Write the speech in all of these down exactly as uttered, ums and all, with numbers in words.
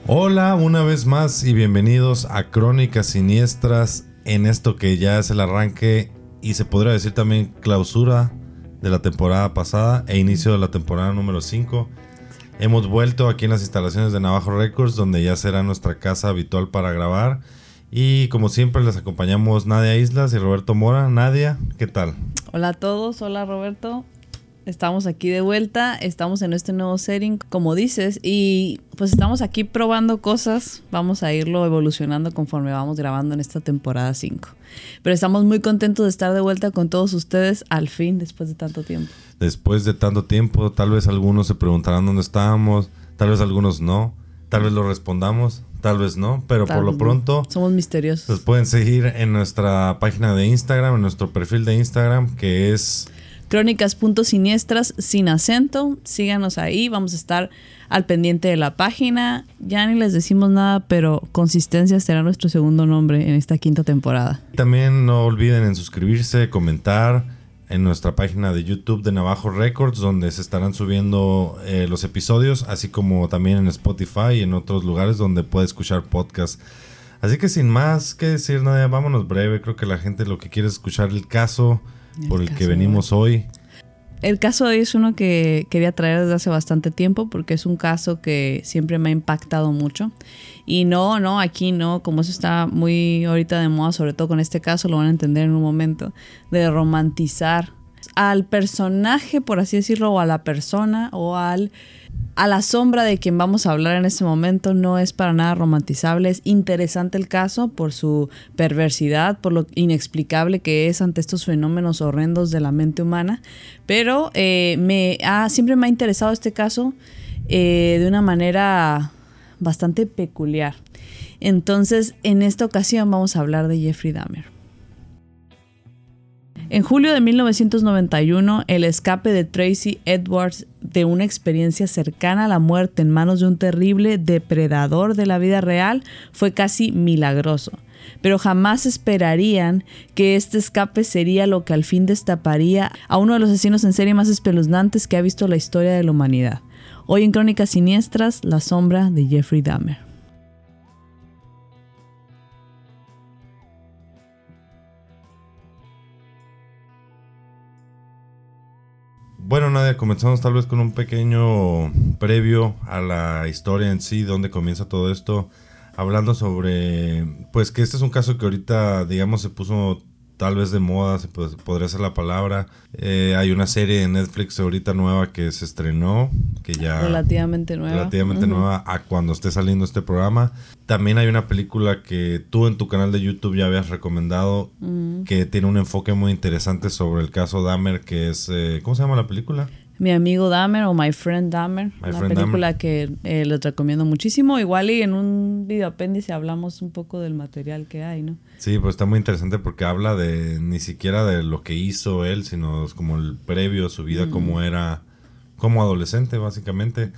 Hola, una vez más y bienvenidos a Crónicas Siniestras, en esto que ya es el arranque y se podría decir también clausura de la temporada pasada e inicio de la temporada número cinco. Hemos vuelto aquí en las instalaciones de Navajo Records, donde ya será nuestra casa habitual para grabar. Y como siempre les acompañamos Nadia Islas y Roberto Mora. Nadia, ¿qué tal? Hola a todos, hola Roberto. Estamos aquí de vuelta, estamos en este nuevo setting, como dices, y pues estamos aquí probando cosas. Vamos a irlo evolucionando conforme vamos grabando en esta temporada cinco. Pero estamos muy contentos de estar de vuelta con todos ustedes al fin, después de tanto tiempo. Después de tanto tiempo, tal vez algunos se preguntarán dónde estábamos, tal vez algunos no, tal vez lo respondamos, tal vez no, pero tal por lo pronto... No. Somos misteriosos. Nos pueden seguir en nuestra página de Instagram, en nuestro perfil de Instagram, que es... Crónicas.siniestras sin acento. Síganos ahí, vamos a estar al pendiente de la página. Ya ni les decimos nada, pero Consistencia será nuestro segundo nombre en esta quinta temporada. También no olviden en suscribirse, comentar en nuestra página de YouTube de Navajo Records, donde se estarán subiendo eh, los episodios, así como también en Spotify y en otros lugares donde puede escuchar podcasts. Así que sin más que decir, Nadia, vámonos breve. Creo que la gente lo que quiere es escuchar el caso el por el que venimos hoy. El caso de hoy es uno que quería traer desde hace bastante tiempo porque es un caso que siempre me ha impactado mucho. Y no, no, aquí no, como eso está muy ahorita de moda, sobre todo con este caso, lo van a entender en un momento, de romantizar al personaje, por así decirlo, o a la persona, o al... a la sombra de quien vamos a hablar en este momento. No es para nada romantizable. Es interesante el caso por su perversidad, por lo inexplicable que es ante estos fenómenos horrendos de la mente humana. Pero eh, me ha, siempre me ha interesado este caso eh, de una manera bastante peculiar. Entonces, en esta ocasión vamos a hablar de Jeffrey Dahmer. En julio de mil novecientos noventa y uno, el escape de Tracy Edwards de una experiencia cercana a la muerte en manos de un terrible depredador de la vida real fue casi milagroso. Pero jamás esperarían que este escape sería lo que al fin destaparía a uno de los asesinos en serie más espeluznantes que ha visto la historia de la humanidad. Hoy en Crónicas Siniestras, la sombra de Jeffrey Dahmer. Bueno, Nadia, comenzamos tal vez con un pequeño previo a la historia en sí, donde comienza todo esto, hablando sobre, pues que este es un caso que ahorita, digamos, se puso tal vez de moda, se pod- podría ser la palabra. Eh, hay una serie de Netflix ahorita nueva que se estrenó, que ya... Relativamente nueva. Relativamente uh-huh. nueva a cuando esté saliendo este programa. También hay una película que tú en tu canal de YouTube ya habías recomendado, uh-huh. que tiene un enfoque muy interesante sobre el caso Dahmer, que es... Eh, ¿cómo se llama la película? Mi amigo Dahmer o My Friend Dahmer. My una friend película Dahmer. que eh, les recomiendo muchísimo. Igual y en un video apéndice hablamos un poco del material que hay, ¿no? Sí, pues está muy interesante porque habla de ni siquiera de lo que hizo él, sino como el previo, su vida, mm. como era como adolescente, básicamente.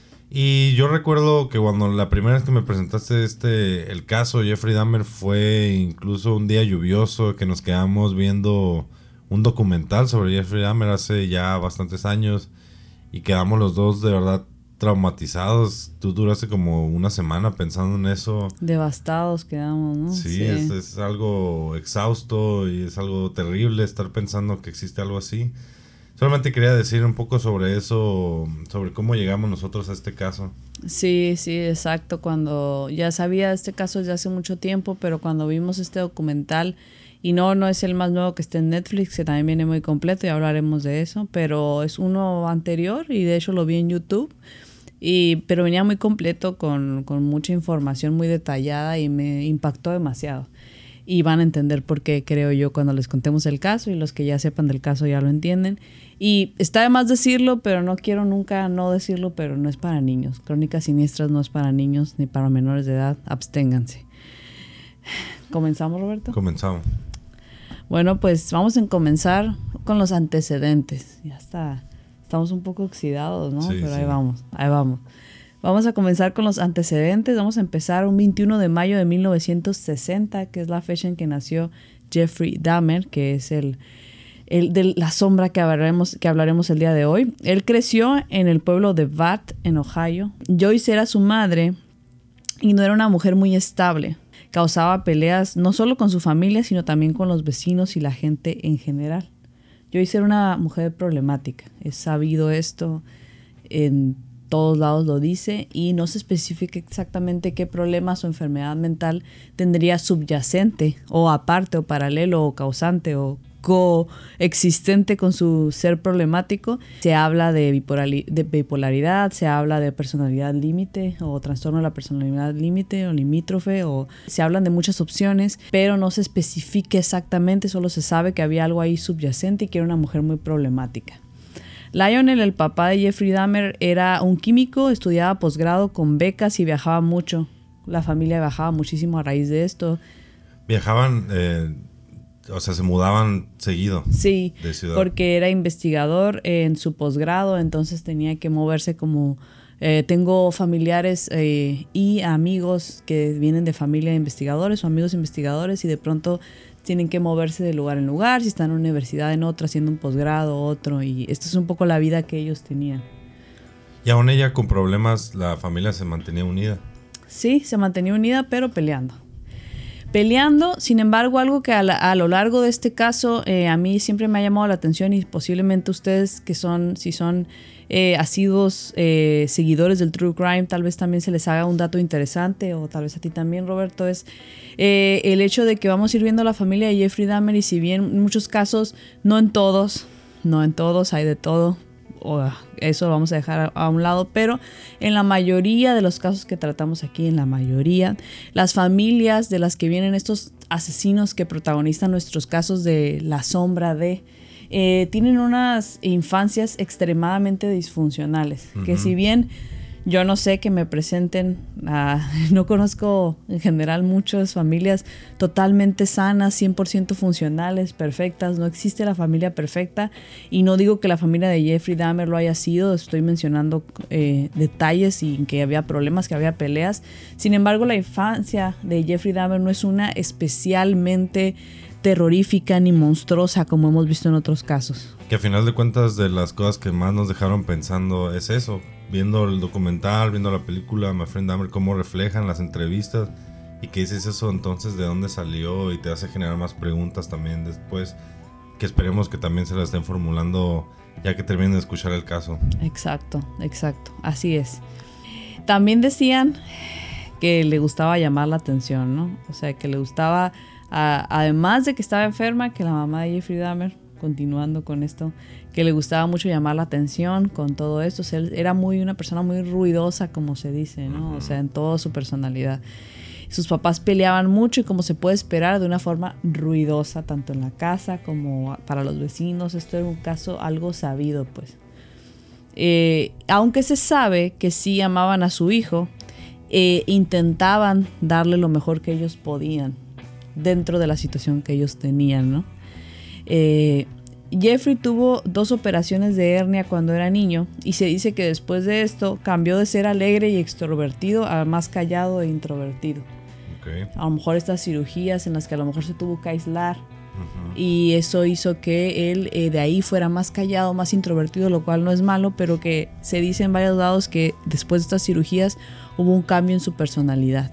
Y yo recuerdo que cuando la primera vez que me presentaste este el caso Jeffrey Dahmer fue incluso un día lluvioso que nos quedamos viendo un documental sobre Jeffrey Dahmer hace ya bastantes años y quedamos los dos de verdad traumatizados. Tú duraste como una semana pensando en eso. Devastados quedamos, ¿no? Sí, sí. Es, es algo exhausto y es algo terrible estar pensando que existe algo así. Solamente quería decir un poco sobre eso, sobre cómo llegamos nosotros a este caso. Sí, sí, exacto. Cuando ya sabía de este caso desde hace mucho tiempo, pero cuando vimos este documental, y no, no es el más nuevo que está en Netflix, que también viene muy completo y hablaremos de eso, pero es uno anterior y de hecho lo vi en YouTube, y pero venía muy completo con, con mucha información muy detallada y me impactó demasiado. Y van a entender por qué, creo yo, cuando les contemos el caso, y los que ya sepan del caso ya lo entienden. Y está de más decirlo, pero no quiero nunca no decirlo, pero no es para niños. Crónicas Siniestras no es para niños ni para menores de edad. Absténganse. ¿Comenzamos, Roberto? Comenzamos. Bueno, pues vamos a comenzar con los antecedentes. Ya está, estamos un poco oxidados, ¿no? Sí, Pero sí. ahí vamos, ahí vamos. Vamos a comenzar con los antecedentes. Vamos a empezar un veintiuno de mayo de mil novecientos sesenta, que es la fecha en que nació Jeffrey Dahmer, que es el, el de la sombra que hablaremos, que hablaremos el día de hoy. Él creció en el pueblo de Bath, en Ohio. Joyce era su madre y no era una mujer muy estable. Causaba peleas no solo con su familia, sino también con los vecinos y la gente en general. Joyce era una mujer problemática. He sabido esto, en todos lados lo dice, y no se especifica exactamente qué problemas o enfermedad mental tendría subyacente o aparte o paralelo o causante o coexistente con su ser problemático. Se habla de, bipolari- de bipolaridad, se habla de personalidad límite o trastorno de la personalidad límite o limítrofe, o se hablan de muchas opciones, pero no se especifica exactamente, solo se sabe que había algo ahí subyacente y que era una mujer muy problemática. Lionel, el papá de Jeffrey Dahmer, era un químico, estudiaba posgrado con becas y viajaba mucho. La familia viajaba muchísimo a raíz de esto. Viajaban... Eh... O sea, se mudaban seguido. Sí, de ciudad. Porque era investigador en su posgrado, entonces tenía que moverse como... Eh, tengo familiares eh, y amigos que vienen de familia de investigadores o amigos investigadores y de pronto tienen que moverse de lugar en lugar, si están en una universidad en otra, haciendo un posgrado, otro, y esto es un poco la vida que ellos tenían. Y aún ella con problemas, la familia se mantenía unida. Sí, se mantenía unida, pero peleando. Peleando, sin embargo, algo que a, la, a lo largo de este caso eh, a mí siempre me ha llamado la atención, y posiblemente ustedes que son, si son eh, asiduos eh, seguidores del True Crime, tal vez también se les haga un dato interesante, o tal vez a ti también, Roberto, es eh, el hecho de que vamos a ir viendo la familia de Jeffrey Dahmer, y si bien en muchos casos, no en todos, no en todos, hay de todo, o eso lo vamos a dejar a un lado, pero en la mayoría de los casos que tratamos aquí, en la mayoría, las familias de las que vienen estos asesinos que protagonizan nuestros casos de La Sombra de, eh, tienen unas infancias extremadamente disfuncionales, uh-huh. que si bien yo no sé que me presenten, uh, no conozco en general muchas familias totalmente sanas, cien por ciento funcionales, perfectas, no existe la familia perfecta, y no digo que la familia de Jeffrey Dahmer lo haya sido, estoy mencionando eh, detalles y que había problemas, que había peleas. Sin embargo, la infancia de Jeffrey Dahmer no es una especialmente terrorífica ni monstruosa como hemos visto en otros casos. Que a final de cuentas, de las cosas que más nos dejaron pensando es eso, viendo el documental, viendo la película My Friend Dahmer, cómo reflejan las entrevistas y que dices eso, entonces de dónde salió, y te hace generar más preguntas también después, que esperemos que también se las estén formulando ya que terminen de escuchar el caso. Exacto, exacto, así es. También decían que le gustaba llamar la atención, ¿no? O sea, que le gustaba, a, además de que estaba enferma, que la mamá de Jeffrey Dahmer, continuando con esto, que le gustaba mucho llamar la atención con todo esto. O sea, él era muy una persona muy ruidosa, como se dice, ¿no? O sea, en toda su personalidad. Sus papás peleaban mucho, y como se puede esperar, de una forma ruidosa, tanto en la casa como para los vecinos. Esto era un caso algo sabido, pues. Eh, aunque se sabe que sí amaban a su hijo, eh, intentaban darle lo mejor que ellos podían dentro de la situación que ellos tenían, ¿no? Eh, Jeffrey tuvo dos operaciones de hernia cuando era niño, y se dice que después de esto cambió de ser alegre y extrovertido a más callado e introvertido. Okay. A lo mejor estas cirugías en las que a lo mejor se tuvo que aislar, uh-huh. y eso hizo que él eh, de ahí fuera más callado, más introvertido, lo cual no es malo, pero que se dice en varios lados que después de estas cirugías hubo un cambio en su personalidad.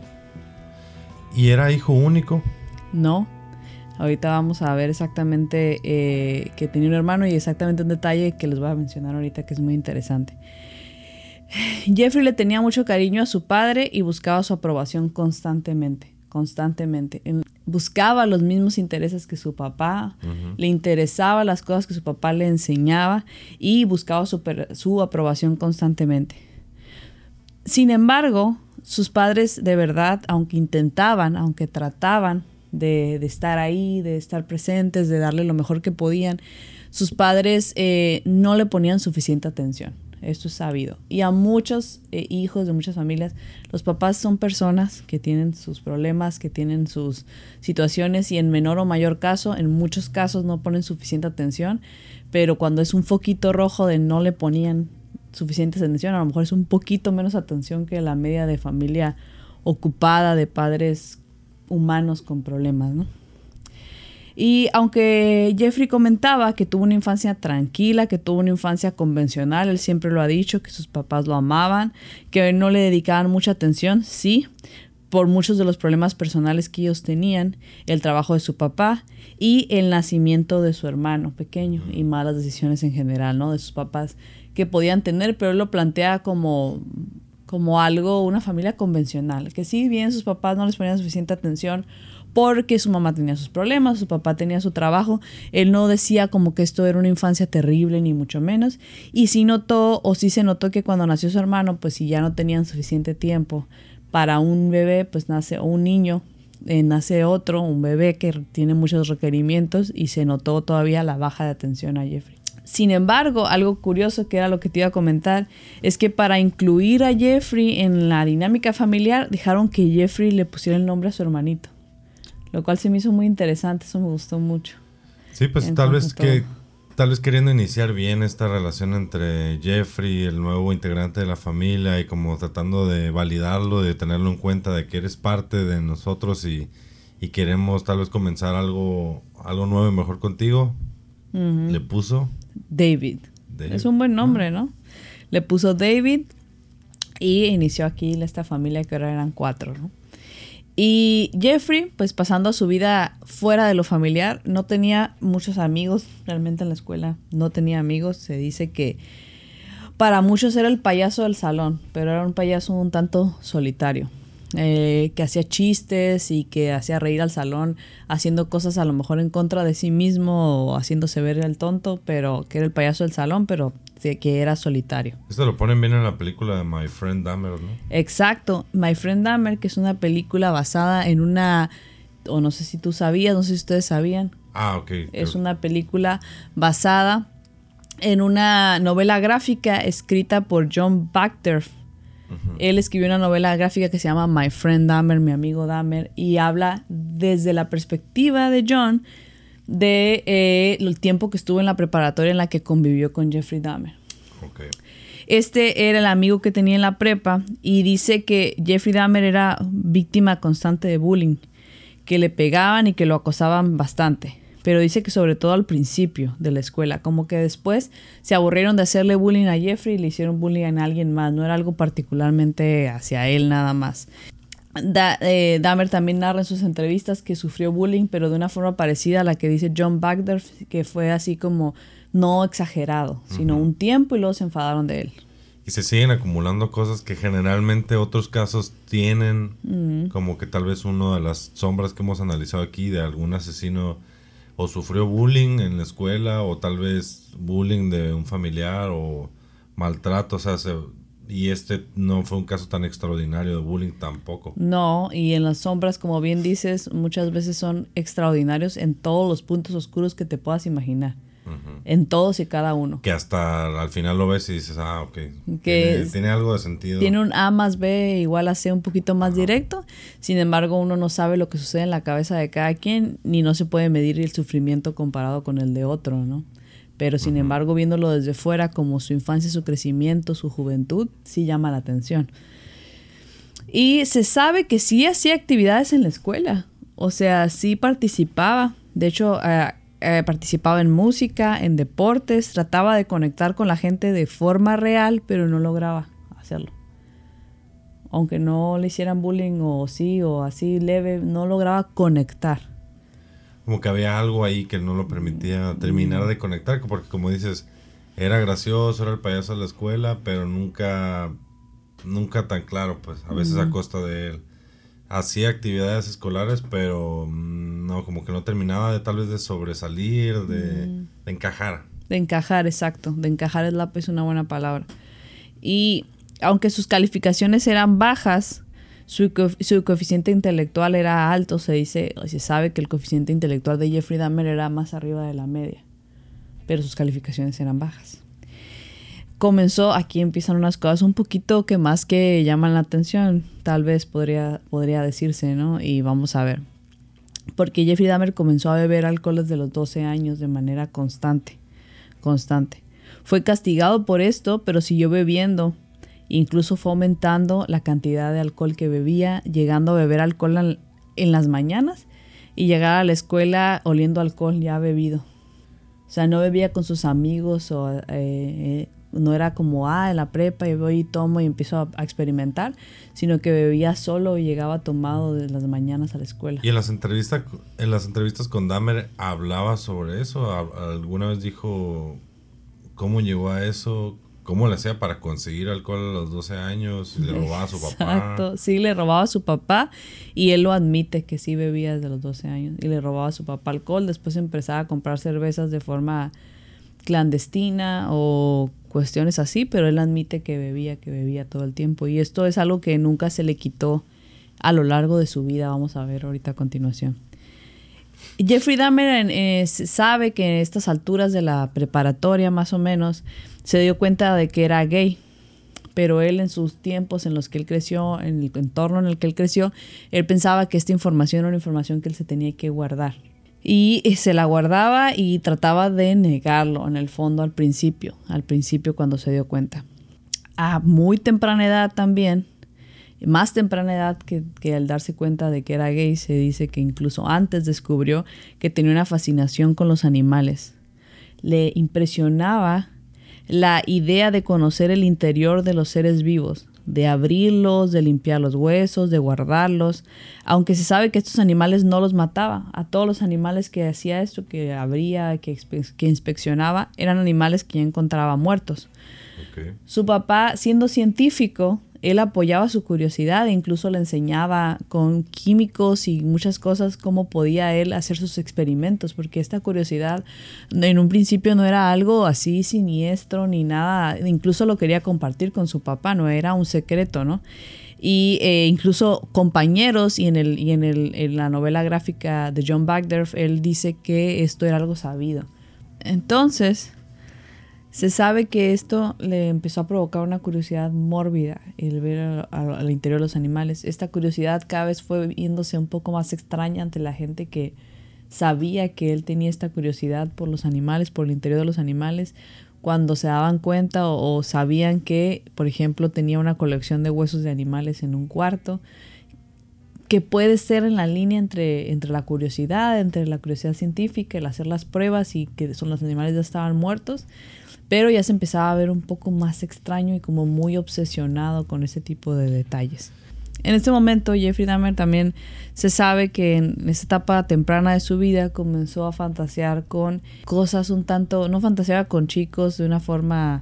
¿Y era hijo único? No. Ahorita vamos a ver exactamente eh, que tenía un hermano, y exactamente un detalle que les voy a mencionar ahorita que es muy interesante. Jeffrey le tenía mucho cariño a su padre y buscaba su aprobación constantemente, constantemente. Buscaba los mismos intereses que su papá, uh-huh. le interesaba las cosas que su papá le enseñaba, y buscaba su, su aprobación constantemente. Sin embargo, sus padres de verdad, aunque intentaban, aunque trataban De, de estar ahí, de estar presentes, de darle lo mejor que podían, sus padres eh, no le ponían suficiente atención. Esto es sabido. Y a muchos eh, hijos de muchas familias, los papás son personas que tienen sus problemas, que tienen sus situaciones, y en menor o mayor caso, en muchos casos no ponen suficiente atención, pero cuando es un foquito rojo de no le ponían suficiente atención, a lo mejor es un poquito menos atención que la media de familia ocupada de padres humanos con problemas, ¿no? Y aunque Jeffrey comentaba que tuvo una infancia tranquila, que tuvo una infancia convencional, él siempre lo ha dicho, que sus papás lo amaban, que no le dedicaban mucha atención, sí, por muchos de los problemas personales que ellos tenían, el trabajo de su papá y el nacimiento de su hermano pequeño y malas decisiones en general, ¿no? De sus papás que podían tener, pero él lo plantea como, como algo, una familia convencional, que si bien sus papás no les ponían suficiente atención porque su mamá tenía sus problemas, su papá tenía su trabajo, él no decía como que esto era una infancia terrible ni mucho menos, y sí notó o sí se notó que cuando nació su hermano, pues si ya no tenían suficiente tiempo para un bebé, pues nace un niño, eh, nace otro, un bebé que tiene muchos requerimientos, y se notó todavía la baja de atención a Jeffrey. Sin embargo, algo curioso, que era lo que te iba a comentar, es que para incluir a Jeffrey en la dinámica familiar, dejaron que Jeffrey le pusiera el nombre a su hermanito, lo cual se me hizo muy interesante, eso me gustó mucho. Sí, pues tal vez que tal vez queriendo iniciar bien esta relación entre Jeffrey, el nuevo integrante de la familia, y como tratando de validarlo, de tenerlo en cuenta, de que eres parte de nosotros y, y queremos tal vez comenzar algo, algo nuevo y mejor contigo, uh-huh. Le puso David. David. Es un buen nombre, ¿no? Le puso David y inició aquí esta familia, que ahora eran cuatro, ¿no? Y Jeffrey, pues pasando su vida fuera de lo familiar, no tenía muchos amigos realmente en la escuela, no tenía amigos. Se dice que para muchos era el payaso del salón, pero era un payaso un tanto solitario, eh, que hacía chistes y que hacía reír al salón, haciendo cosas a lo mejor en contra de sí mismo o haciéndose ver el tonto, pero que era el payaso del salón, pero que era solitario. Esto lo ponen bien en la película de My Friend Dahmer, ¿no? Exacto, My Friend Dahmer, que es una película basada en una, o no sé si tú sabías, no sé si ustedes sabían. Ah, ok. Es una película basada en una novela gráfica escrita por John Bacter. Uh-huh. Él escribió una novela gráfica que se llama My Friend Dahmer, mi amigo Dahmer, y habla desde la perspectiva de John de eh, el tiempo que estuvo en la preparatoria en la que convivió con Jeffrey Dahmer. Okay. Este era el amigo que tenía en la prepa, y dice que Jeffrey Dahmer era víctima constante de bullying, que le pegaban y que lo acosaban bastante, pero dice que sobre todo al principio de la escuela, como que después se aburrieron de hacerle bullying a Jeffrey y le hicieron bullying a alguien más, no era algo particularmente hacia él nada más. Da, eh, Dahmer también narra en sus entrevistas que sufrió bullying, pero de una forma parecida a la que dice John Bacter, que fue así como no exagerado, sino uh-huh. un tiempo, y luego se enfadaron de él. Y se siguen acumulando cosas que generalmente otros casos tienen, uh-huh. como que tal vez una de las sombras que hemos analizado aquí de algún asesino o sufrió bullying en la escuela, o tal vez bullying de un familiar o maltrato, o sea, se... Y este no fue un caso tan extraordinario de bullying tampoco. No, y en las sombras, como bien dices, muchas veces son extraordinarios en todos los puntos oscuros que te puedas imaginar. Uh-huh. En todos y cada uno. Que hasta al final lo ves y dices, ah, ok. Que tiene, es, tiene algo de sentido. Tiene un A más B igual a C un poquito más uh-huh. directo. Sin embargo, uno no sabe lo que sucede en la cabeza de cada quien, ni no se puede medir el sufrimiento comparado con el de otro, ¿no? Pero sin uh-huh. embargo, viéndolo desde fuera, como su infancia, su crecimiento, su juventud, sí llama la atención. Y se sabe que sí hacía actividades en la escuela. O sea, sí participaba. De hecho, eh, eh, participaba en música, en deportes. Trataba de conectar con la gente de forma real, pero no lograba hacerlo. Aunque no le hicieran bullying o sí, o así leve, no lograba conectar. Como que había algo ahí que no lo permitía terminar de conectar, porque como dices, era gracioso, era el payaso de la escuela, pero nunca, nunca tan claro, pues, a veces a costa de él. Hacía actividades escolares, pero no, como que no terminaba de tal vez de sobresalir, de, mm. de encajar. De encajar, exacto, de encajar es, la, es una buena palabra. Y aunque sus calificaciones eran bajas, Su, co- su coeficiente intelectual era alto. Se dice, se sabe que el coeficiente intelectual de Jeffrey Dahmer era más arriba de la media, pero sus calificaciones eran bajas. Comenzó, aquí empiezan unas cosas un poquito que más que llaman la atención, tal vez podría, podría decirse, ¿no? Y vamos a ver. Porque Jeffrey Dahmer comenzó a beber alcohol desde los doce años de manera constante, constante. Fue castigado por esto, pero siguió bebiendo. Incluso fue aumentando la cantidad de alcohol que bebía, llegando a beber alcohol en, en las mañanas y llegaba a la escuela oliendo alcohol ya bebido. O sea, no bebía con sus amigos o eh, eh, no era como, ah, en la prepa y voy y tomo y empiezo a, a experimentar, sino que bebía solo y llegaba tomado de las mañanas a la escuela. ¿Y en las entrevistas, en las entrevistas con Dahmer hablaba sobre eso? ¿Alguna vez dijo cómo llegó a eso? ¿Cómo le hacía para conseguir alcohol a los doce años? ¿Le robaba a su papá? Exacto, sí, le robaba a su papá y él lo admite que sí bebía desde los doce años y le robaba a su papá alcohol. Después empezaba a comprar cervezas de forma clandestina o cuestiones así, pero él admite que bebía, que bebía todo el tiempo. Y esto es algo que nunca se le quitó a lo largo de su vida. Vamos a ver ahorita a continuación. Jeffrey Dahmer eh, sabe que en estas alturas de la preparatoria más o menos se dio cuenta de que era gay, pero él en sus tiempos en los que él creció, en el entorno en el que él creció, él pensaba que esta información era una información que él se tenía que guardar. Y se la guardaba y trataba de negarlo en el fondo al principio, al principio cuando se dio cuenta. A muy temprana edad también, más temprana edad que, que al darse cuenta de que era gay, se dice que incluso antes descubrió que tenía una fascinación con los animales. Le impresionaba la idea de conocer el interior de los seres vivos, de abrirlos, de limpiar los huesos, de guardarlos, aunque se sabe que estos animales no los mataba. A todos los animales que hacía esto, que abría, que, que inspeccionaba, eran animales que ya encontraba muertos. Okay. Su papá, siendo científico, él apoyaba su curiosidad e incluso le enseñaba con químicos y muchas cosas cómo podía él hacer sus experimentos, porque esta curiosidad en un principio no era algo así siniestro ni nada, incluso lo quería compartir con su papá, no era un secreto, ¿no? Y eh, incluso compañeros, y en el y en el en la novela gráfica de John Bagdorf, él dice que esto era algo sabido. Entonces se sabe que esto le empezó a provocar una curiosidad mórbida, el ver al interior de los animales. Esta curiosidad cada vez fue viéndose un poco más extraña ante la gente que sabía que él tenía esta curiosidad por los animales, por el interior de los animales, cuando se daban cuenta o, o sabían que, por ejemplo, tenía una colección de huesos de animales en un cuarto, que puede ser en la línea entre, entre la curiosidad, entre la curiosidad científica, el hacer las pruebas y que son los animales ya estaban muertos, pero ya se empezaba a ver un poco más extraño y como muy obsesionado con ese tipo de detalles. En este momento, Jeffrey Dahmer también se sabe que en esta etapa temprana de su vida comenzó a fantasear con cosas un tanto, no fantaseaba con chicos de una forma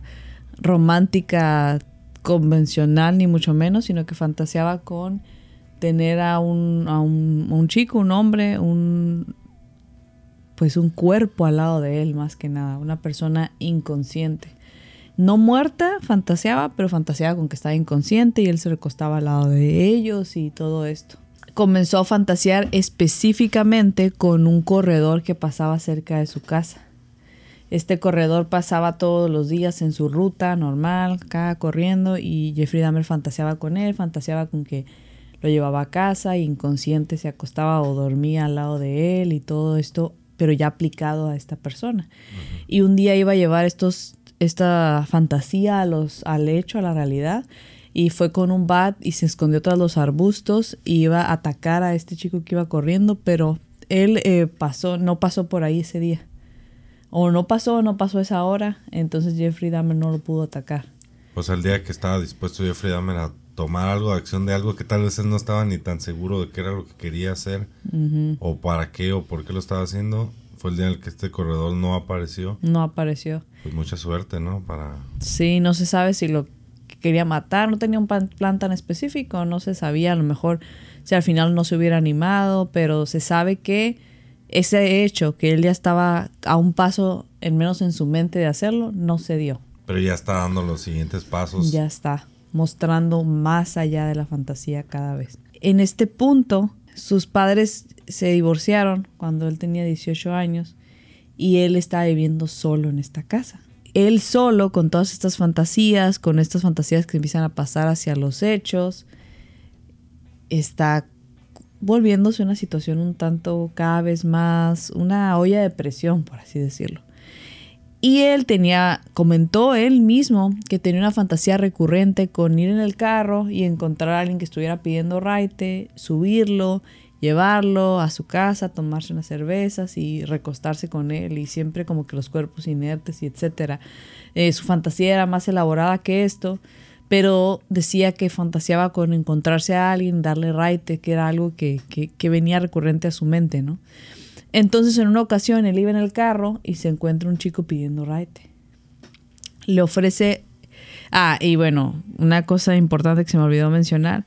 romántica, convencional, ni mucho menos, sino que fantaseaba con tener a un, a un, a un chico, un hombre, un... pues un cuerpo al lado de él, más que nada, una persona inconsciente. No muerta, fantaseaba, pero fantaseaba con que estaba inconsciente y él se recostaba al lado de ellos y todo esto. Comenzó a fantasear específicamente con un corredor que pasaba cerca de su casa. Este corredor pasaba todos los días en su ruta normal, acá corriendo, y Jeffrey Dahmer fantaseaba con él, fantaseaba con que lo llevaba a casa, y inconsciente se acostaba o dormía al lado de él y todo esto, pero ya aplicado a esta persona. Uh-huh. Y un día iba a llevar estos, esta fantasía a los, al hecho, a la realidad, y fue con un bat y se escondió tras los arbustos y iba a atacar a este chico que iba corriendo, pero él eh, pasó, no pasó por ahí ese día. O no pasó, no pasó esa hora, entonces Jeffrey Dahmer no lo pudo atacar. Pues el día que estaba dispuesto Jeffrey Dahmer a tomar algo de acción de algo que tal vez él no estaba ni tan seguro de qué era lo que quería hacer, uh-huh, o para qué o por qué lo estaba haciendo, fue el día en el que este corredor no apareció. No apareció. Pues mucha suerte, ¿no? Para... Sí, no se sabe si lo quería matar, no tenía un plan tan específico, no se sabía, a lo mejor si al final no se hubiera animado, pero se sabe que ese hecho, que él ya estaba a un paso, en menos en su mente, de hacerlo, no se dio. Pero ya está dando los siguientes pasos. Ya está, mostrando más allá de la fantasía cada vez. En este punto, sus padres se divorciaron cuando él tenía dieciocho años y él estaba viviendo solo en esta casa. Él solo, con todas estas fantasías, con estas fantasías que empiezan a pasar hacia los hechos, está volviéndose una situación un tanto cada vez más, una olla de presión, por así decirlo. Y él tenía, comentó él mismo que tenía una fantasía recurrente con ir en el carro y encontrar a alguien que estuviera pidiendo raite, subirlo, llevarlo a su casa, tomarse unas cervezas y recostarse con él, y siempre como que los cuerpos inertes y etcétera. Eh, su fantasía era más elaborada que esto, pero decía que fantaseaba con encontrarse a alguien, darle raite, que era algo que, que, que venía recurrente a su mente, ¿no? Entonces, en una ocasión, él iba en el carro y se encuentra un chico pidiendo raite. Le ofrece... Ah, y bueno, una cosa importante que se me olvidó mencionar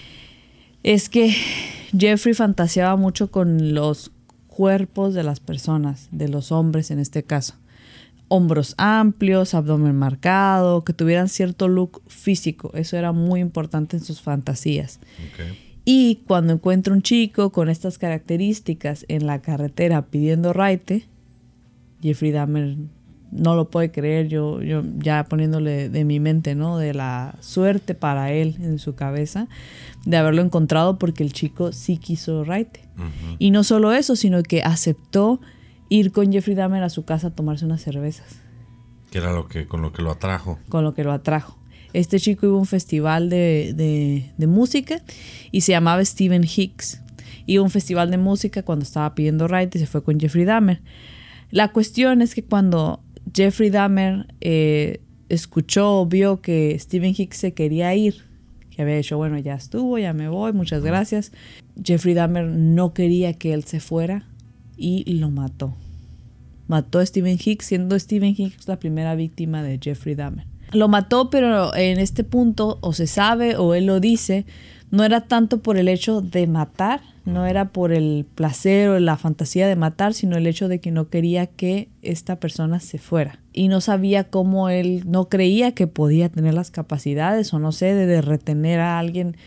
es que Jeffrey fantaseaba mucho con los cuerpos de las personas, de los hombres en este caso. Hombros amplios, abdomen marcado, que tuvieran cierto look físico. Eso era muy importante en sus fantasías. Okay. Y cuando encuentra un chico con estas características en la carretera pidiendo raite, Jeffrey Dahmer no lo puede creer, yo, yo ya poniéndole de mi mente, ¿no? De la suerte para él en su cabeza de haberlo encontrado, porque el chico sí quiso raite. Uh-huh. Y no solo eso, sino que aceptó ir con Jeffrey Dahmer a su casa a tomarse unas cervezas. Que era lo que, con lo que lo atrajo. Con lo que lo atrajo. Este chico iba a un festival de, de, de música y se llamaba Stephen Hicks. Iba a un festival de música cuando estaba pidiendo raite y se fue con Jeffrey Dahmer. La cuestión es que cuando Jeffrey Dahmer eh, escuchó o vio que Stephen Hicks se quería ir, que había dicho, bueno, ya estuvo, ya me voy, muchas gracias. Jeffrey Dahmer no quería que él se fuera y lo mató. Mató a Stephen Hicks, siendo Stephen Hicks la primera víctima de Jeffrey Dahmer. Lo mató, pero en este punto, o se sabe o él lo dice, no era tanto por el hecho de matar, no era por el placer o la fantasía de matar, sino el hecho de que no quería que esta persona se fuera. Y no sabía cómo él, no creía que podía tener las capacidades, o no sé, de, de retener a alguien.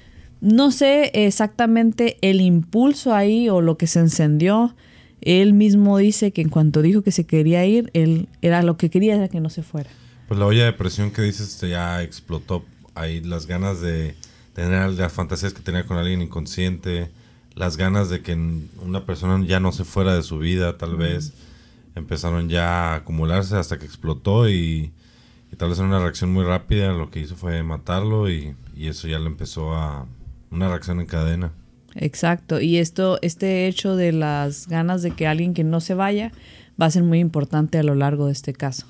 No sé exactamente el impulso ahí o lo que se encendió. Él mismo dice que en cuanto dijo que se quería ir, él era lo que quería era que no se fuera. Pues la olla de presión que dices ya explotó. Ahí las ganas de tener las fantasías que tenía con alguien inconsciente, las ganas de que una persona ya no se fuera de su vida, tal vez, empezaron ya a acumularse hasta que explotó y, y tal vez en una reacción muy rápida lo que hizo fue matarlo y, y eso ya le empezó a una reacción en cadena. Exacto, y esto, este hecho de las ganas de que alguien que no se vaya va a ser muy importante a lo largo de este caso.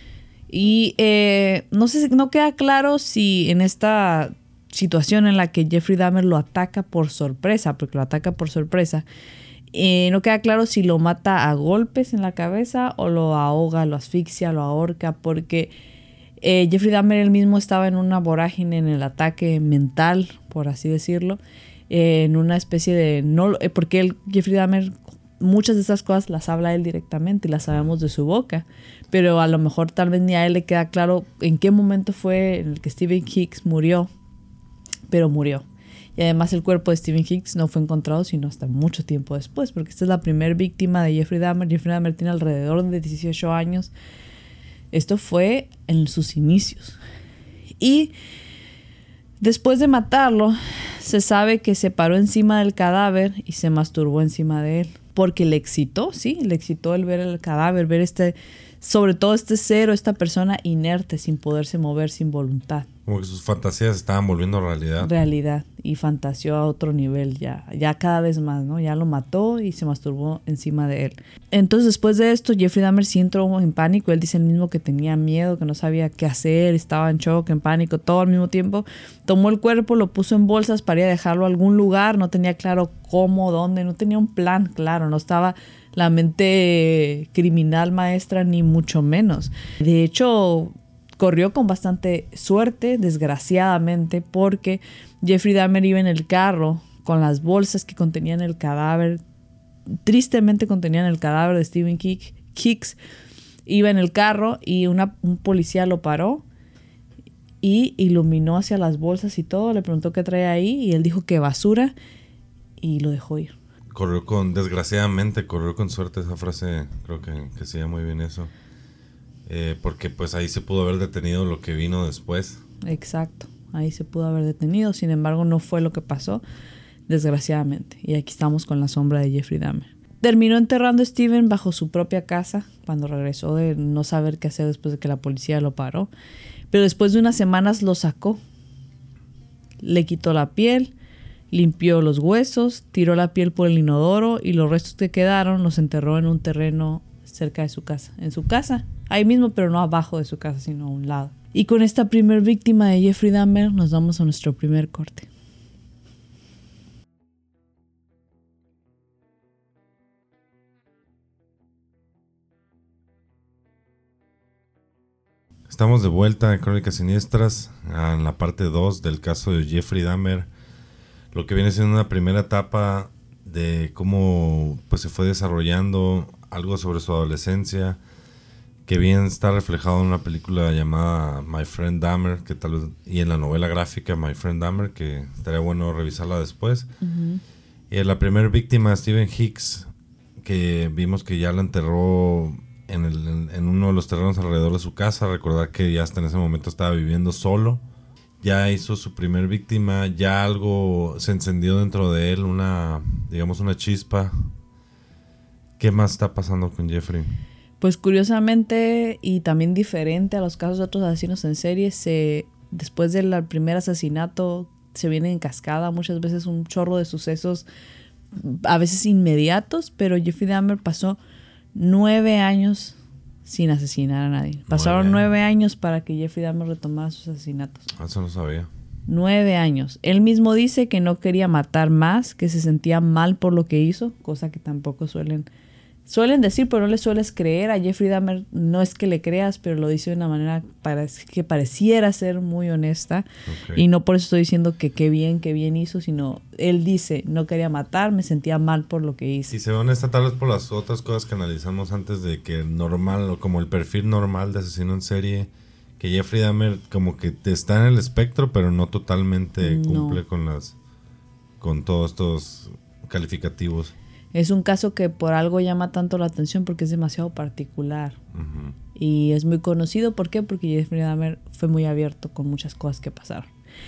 Y eh, no sé, no queda claro si en esta situación en la que Jeffrey Dahmer lo ataca por sorpresa, porque lo ataca por sorpresa, eh, no queda claro si lo mata a golpes en la cabeza o lo ahoga, lo asfixia, lo ahorca, porque eh, Jeffrey Dahmer él mismo estaba en una vorágine en el ataque mental, por así decirlo, eh, en una especie de... no eh, porque él, Jeffrey Dahmer, muchas de esas cosas las habla él directamente y las sabemos de su boca, pero a lo mejor tal vez ni a él le queda claro en qué momento fue el que Stephen Hicks murió, pero murió. Y además el cuerpo de Stephen Hicks no fue encontrado sino hasta mucho tiempo después, porque esta es la primera víctima de Jeffrey Dahmer. Jeffrey Dahmer tiene alrededor de dieciocho años. Esto fue en sus inicios. Y después de matarlo, se sabe que se paró encima del cadáver y se masturbó encima de él. Porque le excitó, sí, le excitó el ver el cadáver, ver este, sobre todo este ser o esta persona inerte, sin poderse mover, sin voluntad. Como que sus fantasías estaban volviendo realidad. Realidad, y fantaseó a otro nivel ya, ya cada vez más, ¿no? Ya lo mató y se masturbó encima de él. Entonces, después de esto, Jeffrey Dahmer sí entró en pánico. Él dice el mismo que tenía miedo, que no sabía qué hacer, estaba en shock, en pánico, todo al mismo tiempo. Tomó el cuerpo, lo puso en bolsas para ir a dejarlo a algún lugar. No tenía claro cómo, dónde, no tenía un plan claro, no estaba la mente criminal maestra, ni mucho menos. De hecho, corrió con bastante suerte, desgraciadamente, porque Jeffrey Dahmer iba en el carro con las bolsas que contenían el cadáver, tristemente contenían el cadáver de Stephen Hicks. Iba en el carro y una, un policía lo paró y iluminó hacia las bolsas y todo, le preguntó qué traía ahí y él dijo que basura y lo dejó ir. Corrió con, desgraciadamente, corrió con suerte. Esa frase creo que, que se llama muy bien eso. Eh, porque pues ahí se pudo haber detenido lo que vino después. Exacto, ahí se pudo haber detenido. Sin embargo, no fue lo que pasó, desgraciadamente. Y aquí estamos con la sombra de Jeffrey Dahmer. Terminó enterrando a Steven bajo su propia casa cuando regresó de no saber qué hacer después de que la policía lo paró. Pero después de unas semanas lo sacó. Le quitó la piel, limpió los huesos, tiró la piel por el inodoro y los restos que quedaron los enterró en un terreno cerca de su casa. En su casa, ahí mismo, pero no abajo de su casa, sino a un lado. Y con esta primer víctima de Jeffrey Dahmer nos vamos a nuestro primer corte. Estamos de vuelta en Crónicas Siniestras, en la parte dos del caso de Jeffrey Dahmer. Lo que viene siendo una primera etapa de cómo pues, se fue desarrollando algo sobre su adolescencia, que bien está reflejado en una película llamada My Friend Dahmer, que tal vez, y en la novela gráfica My Friend Dahmer, que estaría bueno revisarla después. Uh-huh. Y la primera víctima, Stephen Hicks, que vimos que ya la enterró en, el, en, en uno de los terrenos alrededor de su casa. Recordar que ya hasta en ese momento estaba viviendo solo. Ya hizo su primer víctima, ya algo se encendió dentro de él, una, digamos, una chispa. ¿Qué más está pasando con Jeffrey? Pues curiosamente y también diferente a los casos de otros asesinos en serie, se, después del primer asesinato se viene en cascada, muchas veces un chorro de sucesos, a veces inmediatos, pero Jeffrey Dahmer pasó nueve años sin asesinar a nadie. Pasaron nueve, nueve años para que Jeffrey Dahmer retomara sus asesinatos. Eso no sabía. Nueve años. Él mismo dice que no quería matar más, que se sentía mal por lo que hizo, cosa que tampoco suelen suelen decir, pero no le sueles creer. A Jeffrey Dahmer no es que le creas, pero lo dice de una manera para, que pareciera ser muy honesta. Okay. Y no por eso estoy diciendo que qué bien, qué bien hizo, sino él dice, no quería matar, me sentía mal por lo que hice. Y se ve honesta tal vez por las otras cosas que analizamos antes, de que normal, o como el perfil normal de asesino en serie, que Jeffrey Dahmer como que está en el espectro, pero no totalmente cumple no. con las con todos estos calificativos. Es un caso que por algo llama tanto la atención porque es demasiado particular. Uh-huh. Y es muy conocido. ¿Por qué? Porque Jeffrey Dahmer fue muy abierto con muchas cosas que pasaron.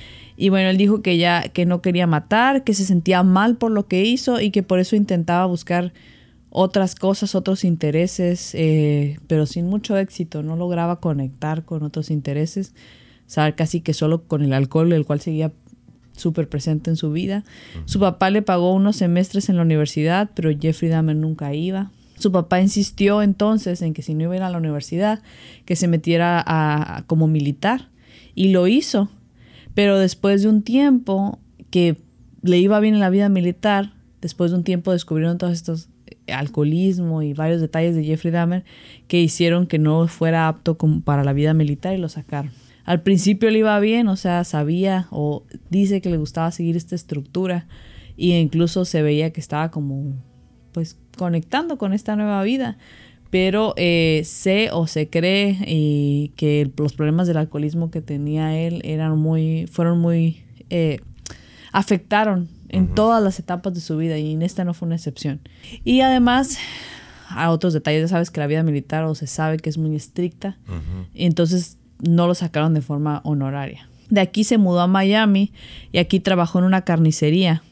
Y bueno, él dijo que ya que no quería matar, que se sentía mal por lo que hizo y que por eso intentaba buscar otras cosas, otros intereses, eh, pero sin mucho éxito. No lograba conectar con otros intereses. O sea, casi que solo con el alcohol, el cual seguía súper presente en su vida. Uh-huh. Su papá le pagó unos semestres en la universidad, pero Jeffrey Dahmer nunca iba. Su papá insistió entonces en que si no iba a ir a la universidad, que se metiera a, a, como militar. Y lo hizo. Pero después de un tiempo que le iba bien en la vida militar, después de un tiempo descubrieron todos estos alcoholismo y varios detalles de Jeffrey Dahmer que hicieron que no fuera apto como para la vida militar y lo sacaron. Al principio le iba bien, o sea, sabía o dice que le gustaba seguir esta estructura y incluso se veía que estaba como, pues, conectando con esta nueva vida. Pero eh, sé o se cree y que los problemas del alcoholismo que tenía él eran muy, fueron muy, eh, afectaron en uh-huh. todas las etapas de su vida y en esta no fue una excepción. Y además, a otros detalles, ya sabes que la vida militar o se sabe que es muy estricta, uh-huh. entonces no lo sacaron de forma honoraria. De aquí se mudó a Miami y aquí trabajó en una carnicería.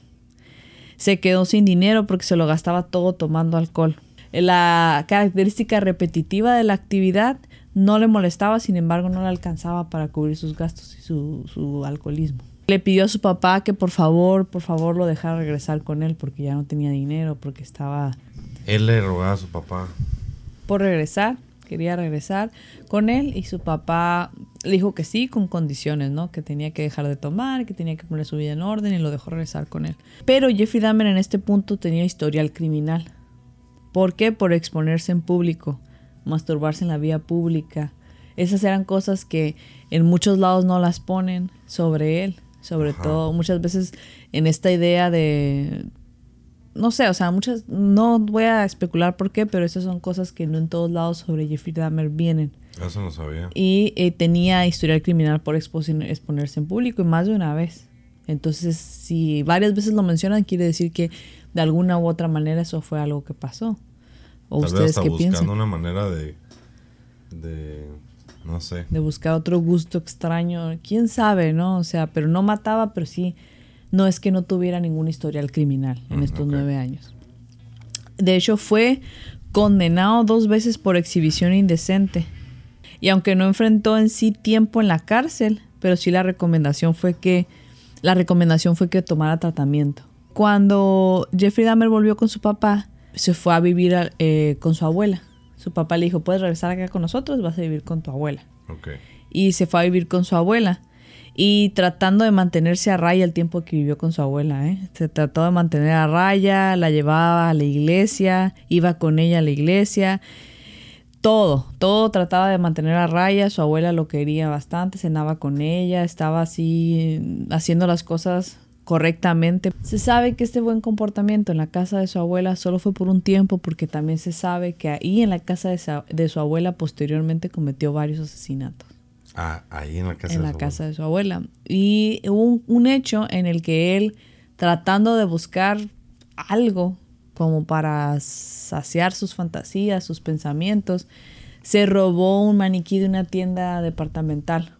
Se quedó sin dinero porque se lo gastaba todo tomando alcohol. La característica repetitiva de la actividad no le molestaba, sin embargo no le alcanzaba para cubrir sus gastos y su, su alcoholismo. Le pidió a su papá que por favor, por favor lo dejara regresar con él porque ya no tenía dinero, porque estaba... Él le rogaba a su papá por regresar. Quería regresar con él y su papá le dijo que sí, con condiciones, ¿no? Que tenía que dejar de tomar, que tenía que poner su vida en orden y lo dejó regresar con él. Pero Jeffrey Dahmer en este punto tenía historial criminal. ¿Por qué? Por exponerse en público, masturbarse en la vía pública. Esas eran cosas que en muchos lados no las ponen sobre él. Sobre Ajá. todo, muchas veces en esta idea de... No sé, o sea, muchas, no voy a especular por qué, pero esas son cosas que no en todos lados sobre Jeffrey Dahmer vienen. Eso no sabía. Y eh, tenía historial criminal por expo- exponerse en público y más de una vez. Entonces, si varias veces lo mencionan, quiere decir que de alguna u otra manera eso fue algo que pasó. ¿O Tal ustedes vez hasta qué buscando piensan? una manera de, de, no sé. De buscar otro gusto extraño. ¿Quién sabe, no? O sea, pero no mataba, pero sí... No es que no tuviera ningún historial criminal en estos okay. nueve años. De hecho, fue condenado dos veces por exhibición indecente. Y aunque no enfrentó en sí tiempo en la cárcel, pero sí la recomendación fue que la recomendación fue que tomara tratamiento. Cuando Jeffrey Dahmer volvió con su papá, se fue a vivir eh, con su abuela. Su papá le dijo, puedes regresar acá con nosotros, vas a vivir con tu abuela. Okay. Y se fue a vivir con su abuela. Y tratando de mantenerse a raya el tiempo que vivió con su abuela, ¿eh? Se trató de mantener a raya, la llevaba a la iglesia, iba con ella a la iglesia. Todo, todo trataba de mantener a raya. Su abuela lo quería bastante, cenaba con ella, estaba así haciendo las cosas correctamente. Se sabe que este buen comportamiento en la casa de su abuela solo fue por un tiempo, porque también se sabe que ahí en la casa de su, de su abuela posteriormente cometió varios asesinatos. Ah, ahí en la casa en de la su casa abuela. de su abuela. Y hubo un, un hecho en el que él, tratando de buscar algo como para saciar sus fantasías, sus pensamientos, se robó un maniquí de una tienda departamental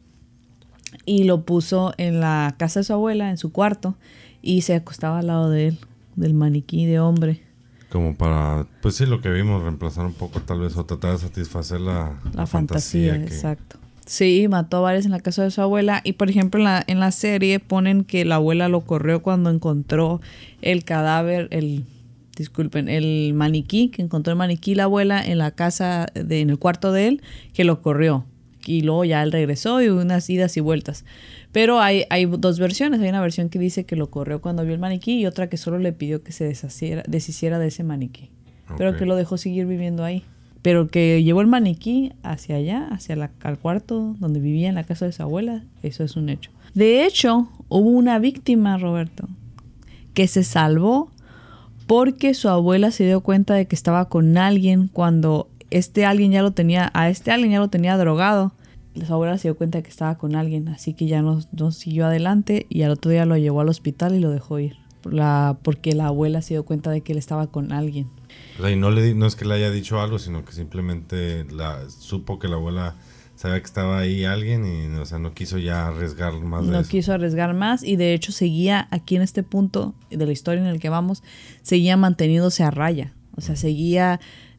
y lo puso en la casa de su abuela, en su cuarto, y se acostaba al lado de él, del maniquí de hombre. Como para, pues sí, lo que vimos, reemplazar un poco tal vez o tratar de satisfacer la, La, la fantasía, fantasía que... exacto. Sí, mató a varios en la casa de su abuela. Y por ejemplo en la, en la serie ponen que la abuela lo corrió cuando encontró el cadáver, el disculpen, el maniquí, que encontró el maniquí la abuela en la casa, de, en el cuarto de él, que lo corrió. Y luego ya él regresó y unas idas y vueltas. Pero hay, hay dos versiones. Hay una versión que dice que lo corrió cuando vio el maniquí y otra que solo le pidió que se deshaciera, deshiciera de ese maniquí. Okay. Pero que lo dejó seguir viviendo ahí. Pero que llevó el maniquí hacia allá, hacia la, al cuarto donde vivía en la casa de su abuela, eso es un hecho. De hecho, hubo una víctima, Roberto, que se salvó porque su abuela se dio cuenta de que estaba con alguien cuando este alguien ya lo tenía, a este alguien ya lo tenía drogado. Su abuela se dio cuenta de que estaba con alguien, así que ya no, no siguió adelante y al otro día lo llevó al hospital y lo dejó ir. La, porque la abuela se dio cuenta de que él estaba con alguien. O sea, y no, le, no es que le haya dicho algo, sino que simplemente la, supo que la abuela sabía que estaba ahí alguien y, o sea, no quiso ya arriesgar más de No eso. quiso arriesgar más y de hecho seguía aquí en este punto de la historia en el que vamos, seguía manteniéndose a raya. O sea, seguía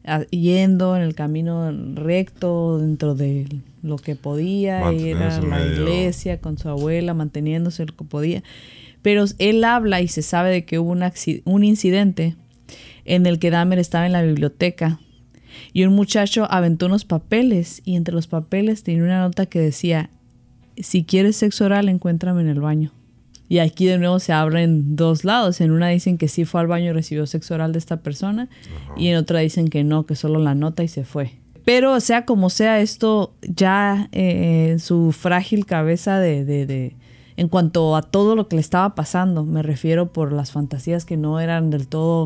yendo en el camino recto dentro de lo que podía, ir a la medio. iglesia con su abuela, manteniéndose lo que podía. Pero él habla y se sabe de que hubo un, un incidente en el que Dahmer estaba en la biblioteca y un muchacho aventó unos papeles y entre los papeles tenía una nota que decía: si quieres sexo oral, encuéntrame en el baño. Y aquí de nuevo se abren dos lados. En una dicen que sí fue al baño y recibió sexo oral de esta persona. Ajá. Y en otra dicen que no, que solo la nota y se fue. Pero sea como sea, esto ya eh, en su frágil cabeza de, de, de en cuanto a todo lo que le estaba pasando, me refiero por las fantasías que no eran del todo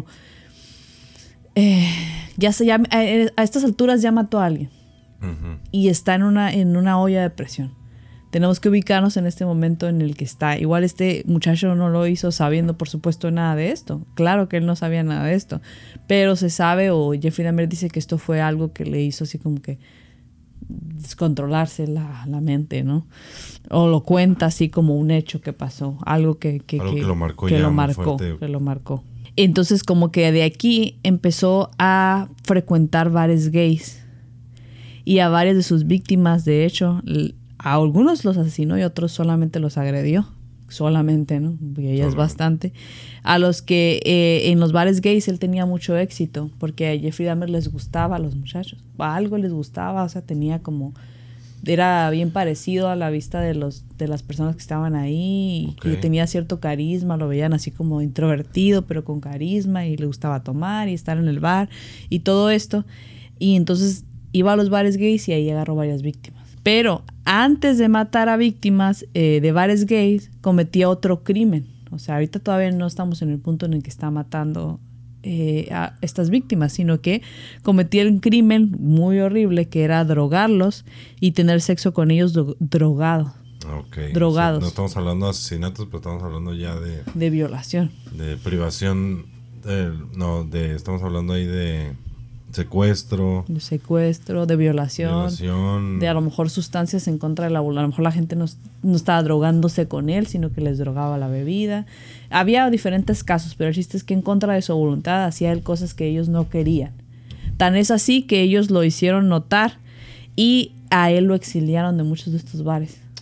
eh, ya se ya, a, a estas alturas ya mató a alguien. Uh-huh. Y está en una, en una olla de presión. Tenemos que ubicarnos en este momento en el que está. Igual este muchacho no lo hizo sabiendo, por supuesto, nada de esto. Claro que él no sabía nada de esto. Pero se sabe, o Jeffrey Dahmer dice que esto fue algo que le hizo así como que descontrolarse la, la mente, ¿no? O lo cuenta así como un hecho que pasó. Algo que, que, algo que, que lo marcó que ya lo muy marcó, fuerte. que lo marcó. Entonces como que de aquí empezó a frecuentar bares gays. Y a varias de sus víctimas, de hecho, a algunos los asesinó y a otros solamente los agredió. Solamente, ¿no? Porque ella es bastante. A los que eh, en los bares gays él tenía mucho éxito, porque a Jeffrey Dahmer les gustaba a los muchachos. A algo les gustaba, o sea, tenía como... Era bien parecido a la vista de los de las personas que estaban ahí. Okay. Y tenía cierto carisma, lo veían así como introvertido, pero con carisma, y le gustaba tomar y estar en el bar y todo esto. Y entonces iba a los bares gays y ahí agarró varias víctimas. Pero antes de matar a víctimas eh, de bares gays, cometía otro crimen. O sea, ahorita todavía no estamos en el punto en el que está matando eh, a estas víctimas, sino que cometía un crimen muy horrible que era drogarlos y tener sexo con ellos do- drogados. Okay. Drogados. O sea, no estamos hablando de asesinatos, pero estamos hablando ya de... De violación. De privación. De, no, de estamos hablando ahí de... Secuestro. De secuestro, de violación, violación. De a lo mejor sustancias en contra de la... A lo mejor la gente no, no estaba drogándose con él, sino que les drogaba la bebida. Había diferentes casos, pero el chiste es que en contra de su voluntad hacía él cosas que ellos no querían. Tan es así que ellos lo hicieron notar y a él lo exiliaron de muchos de estos bares.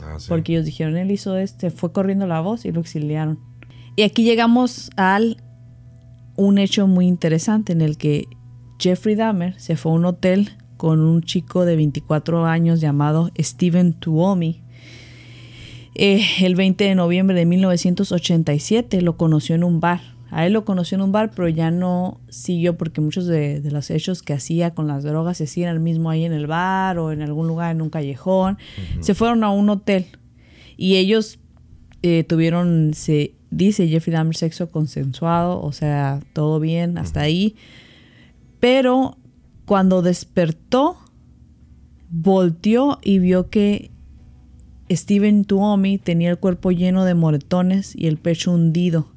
Ah, sí. Porque ellos dijeron, él hizo este, fue corriendo la voz y lo exiliaron. Y aquí llegamos al un hecho muy interesante en el que Jeffrey Dahmer se fue a un hotel con un chico de veinticuatro años llamado Steven Tuomi. Eh, el veinte de noviembre de mil novecientos ochenta y siete lo conoció en un bar. A él lo conoció en un bar, pero ya no siguió porque muchos de, de los hechos que hacía con las drogas se hacían mismo ahí en el bar o en algún lugar, en un callejón. Uh-huh. Se fueron a un hotel y ellos eh, tuvieron, se dice Jeffrey Dahmer, sexo consensuado, o sea, todo bien hasta uh-huh. ahí. Pero cuando despertó, volteó y vio que Steven Tuomi tenía el cuerpo lleno de moretones y el pecho hundido.